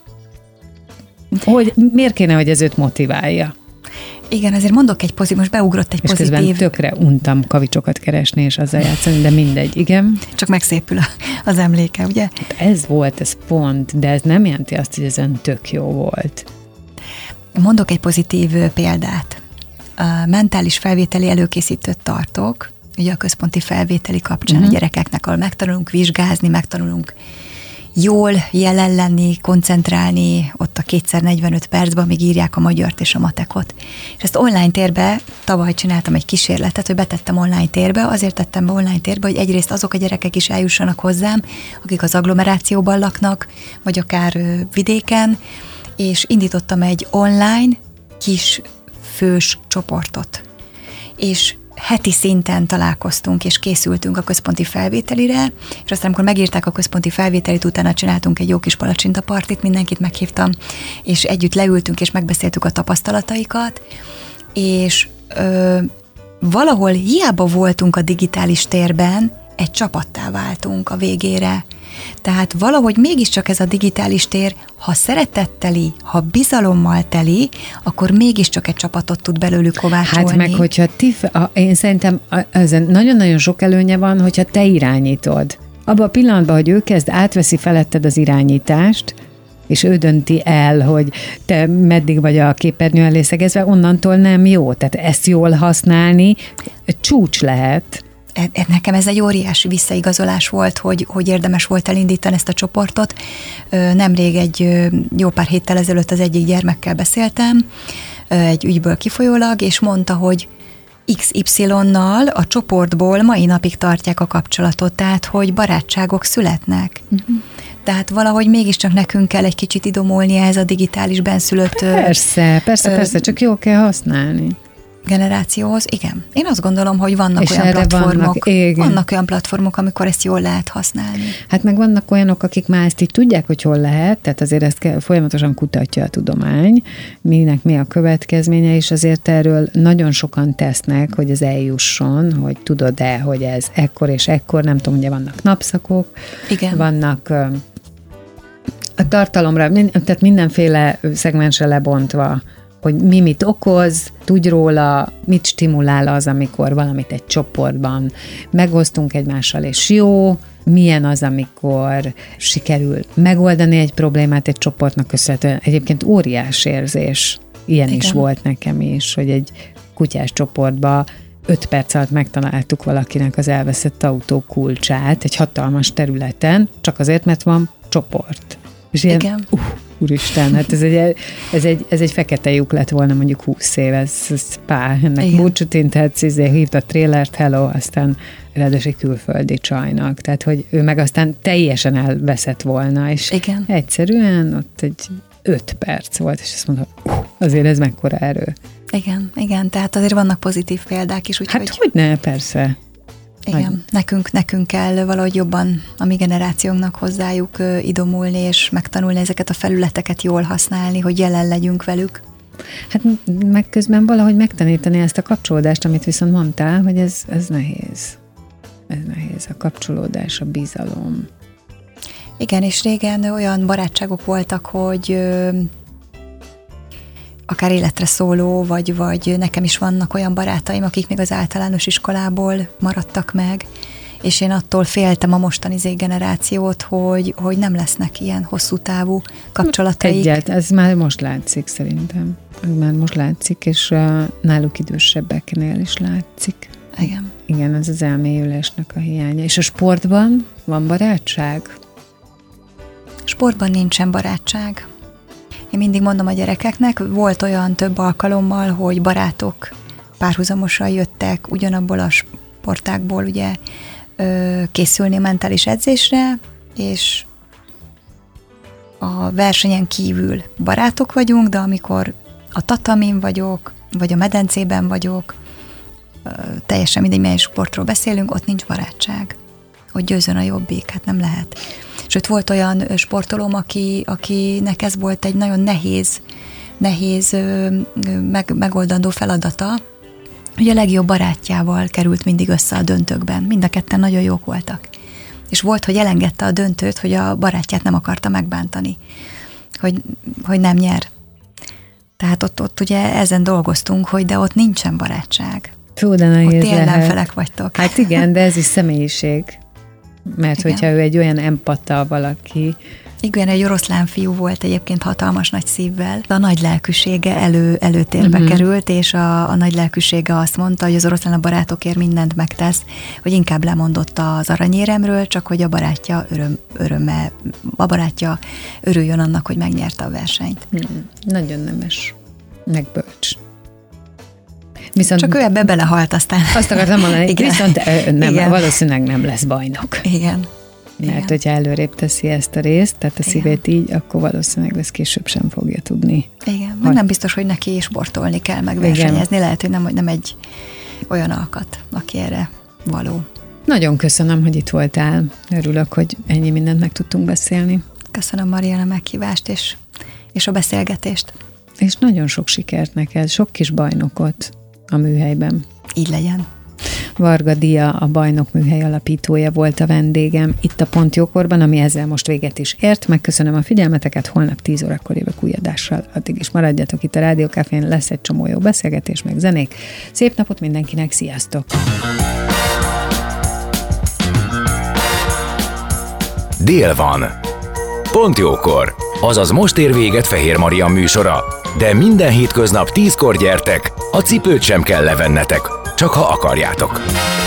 hogy, miért kéne, hogy ez őt motiválja? Igen, azért mondok egy pozitív, most beugrott egy és pozitív. És közben tökre untam kavicsokat keresni, és azzal játszani, de mindegy, igen. Csak megszépül az emléke, ugye? Hát ez volt, ez pont, de ez nem jelenti azt, hogy ezen tök jó volt. Mondok egy pozitív példát. A mentális felvételi előkészítőt tartok, ugye a központi felvételi kapcsán uh-huh. a gyerekeknek, ahol megtanulunk vizsgázni, megtanulunk jól jelen lenni, koncentrálni, ott a kétszer negyvenöt percben, amíg írják a magyart és a matekot. És ezt online térbe, tavaly csináltam egy kísérletet, hogy betettem online térbe, azért tettem be online térbe, hogy egyrészt azok a gyerekek is eljussanak hozzám, akik az agglomerációban laknak, vagy akár vidéken, és indítottam egy online kis fős csoportot. És heti szinten találkoztunk, és készültünk a központi felvételire, és aztán, amikor megírták a központi felvételit, utána csináltunk egy jó kis palacsintapartit, mindenkit meghívtam, és együtt leültünk, és megbeszéltük a tapasztalataikat, és ö, valahol hiába voltunk a digitális térben, egy csapattá váltunk a végére. Tehát valahogy mégiscsak ez a digitális tér, ha szeretetteli, ha bizalommal teli, akkor mégiscsak egy csapatot tud belőlük kovácsolni. Hát meg, hogyha ti, én szerintem ezen nagyon-nagyon sok előnye van, hogyha te irányítod. Abban a pillanatban, hogy ő kezd, átveszi feletted az irányítást, és ő dönti el, hogy te meddig vagy a képernyő elé szegezve, onnantól nem jó. Tehát ezt jól használni csúcs lehet. Nekem ez egy óriási visszaigazolás volt, hogy, hogy érdemes volt elindítani ezt a csoportot. Nemrég egy jó pár héttel ezelőtt az egyik gyermekkel beszéltem, egy ügyből kifolyólag, és mondta, hogy iksz ipszilonnal a csoportból mai napig tartják a kapcsolatot, tehát hogy barátságok születnek. Uh-huh. Tehát valahogy mégiscsak nekünk kell egy kicsit idomulni ehhez a digitális benszülött... Persze, persze, ö, persze, csak jól kell használni. Generációhoz, igen. Én azt gondolom, hogy vannak és olyan platformok, vannak, vannak olyan platformok, amikor ezt jól lehet használni. Hát meg vannak olyanok, akik már ezt így tudják, hogy hol lehet, tehát azért ezt kell, folyamatosan kutatja a tudomány, minek mi a következménye, és azért erről nagyon sokan tesznek, hogy ez eljusson, hogy tudod-e, hogy ez ekkor és ekkor, nem tudom, ugye vannak napszakok, igen. vannak a tartalomra, tehát mindenféle szegmensre lebontva, hogy mi mit okoz, tudj róla, mit stimulál az, amikor valamit egy csoportban megosztunk egymással, és jó, milyen az, amikor sikerül megoldani egy problémát egy csoportnak köszönhetően. Egyébként óriás érzés, ilyen igen. is volt nekem is, hogy egy kutyás csoportba öt perc alatt megtaláltuk valakinek az elveszett autó kulcsát egy hatalmas területen, csak azért, mert van csoport. És ilyen, igen. Uh, úristen, hát ez egy, ez egy, ez egy fekete lyuk lett volna mondjuk húsz év, ez, ez pá, ennek búcsút inthetsz, izé, hívt a trélert, hello, aztán ráadásul egy külföldi csajnak, tehát hogy ő meg aztán teljesen elveszett volna, és igen. egyszerűen ott egy öt perc volt, és azt mondta, uh, azért ez mekkora erő. Igen, igen, tehát azért vannak pozitív példák is, úgyhogy... Hát hogy ne, persze. Igen, Nagy. nekünk, nekünk kell valahogy jobban a mi generációnknak hozzájuk idomulni, és megtanulni ezeket a felületeket jól használni, hogy jelen legyünk velük. Hát meg közben valahogy megtanítani ezt a kapcsolódást, amit viszont mondtál, hogy ez, ez nehéz. Ez nehéz, a kapcsolódás, a bizalom. Igen, és régen olyan barátságok voltak, hogy ö, akár életre szóló, vagy, vagy nekem is vannak olyan barátaim, akik még az általános iskolából maradtak meg, és én attól féltem a mostani Z-generációt, hogy, hogy nem lesznek ilyen hosszú távú kapcsolataik. Egyet, ez már most látszik szerintem. Már most látszik, és uh, náluk idősebbeknél is látszik. Igen. Igen, ez az elmélyülésnek a hiánya. És a sportban van barátság? Sportban nincsen barátság. Én mindig mondom a gyerekeknek, volt olyan több alkalommal, hogy barátok párhuzamosan jöttek ugyanabból a sportákból ugye készülni mentális edzésre, és a versenyen kívül barátok vagyunk, de amikor a tatamin vagyok, vagy a medencében vagyok, teljesen mindegy, milyen sportról beszélünk, ott nincs barátság. Hogy győzön a jobbik, hát nem lehet. Sőt, volt olyan sportolóm, aki, akinek ez volt egy nagyon nehéz, nehéz meg, megoldandó feladata, hogy a legjobb barátjával került mindig össze a döntőkben. Mind a ketten nagyon jók voltak. És volt, hogy elengedte a döntőt, hogy a barátját nem akarta megbántani. Hogy, hogy nem nyer. Tehát ott, ott ugye ezen dolgoztunk, hogy de ott nincsen barátság. Fú, de nehéz ott ellenfelek vagytok. Hát igen, de ez is személyiség. Mert igen. Hogyha ő egy olyan empata valaki. Igen, egy oroszlán fiú volt egyébként hatalmas nagy szívvel. A nagy lelkűsége elő, előtérbe uh-huh. került, és a, a nagy lelkűsége azt mondta, hogy az oroszlán a barátokért mindent megtesz, hogy inkább lemondott az aranyéremről, csak hogy a barátja öröm, öröme, a barátja örüljön annak, hogy megnyerte a versenyt. Hmm. Nagyon nemes, meg bölcs. Viszont csak ő ebbe belehalt aztán. Azt akartam mondani, igen. viszont nem, igen. valószínűleg nem lesz bajnok. Igen. Mert igen. hogyha előrébb teszi ezt a részt, tehát a igen. szívét így, akkor valószínűleg ezt később sem fogja tudni. Igen, meg nem biztos, hogy neki is sportolni kell, meg versenyezni. Igen. Lehet, hogy nem, nem egy olyan alkat, aki erre való. Nagyon köszönöm, hogy itt voltál. Örülök, hogy ennyi mindent meg tudtunk beszélni. Köszönöm, Marian, a meghívást és, és a beszélgetést. És nagyon sok sikert neked, sok kis bajnokot a műhelyben. Így legyen. Varga Dia, a Bajnok Műhely alapítója volt a vendégem itt a Pont Jókorban, ami ezzel most véget is ért. Megköszönöm a figyelmeteket, holnap tíz órakor jövök új adással. Addig is maradjatok itt a Rádió Cafén, lesz egy csomó jó beszélgetés, meg zenék. Szép napot mindenkinek, sziasztok! Dél van. Pont jókor. Azaz most ér véget Fehér Marian műsora. De minden hétköznap tízkor gyertek, a cipőt sem kell levennetek, csak ha akarjátok.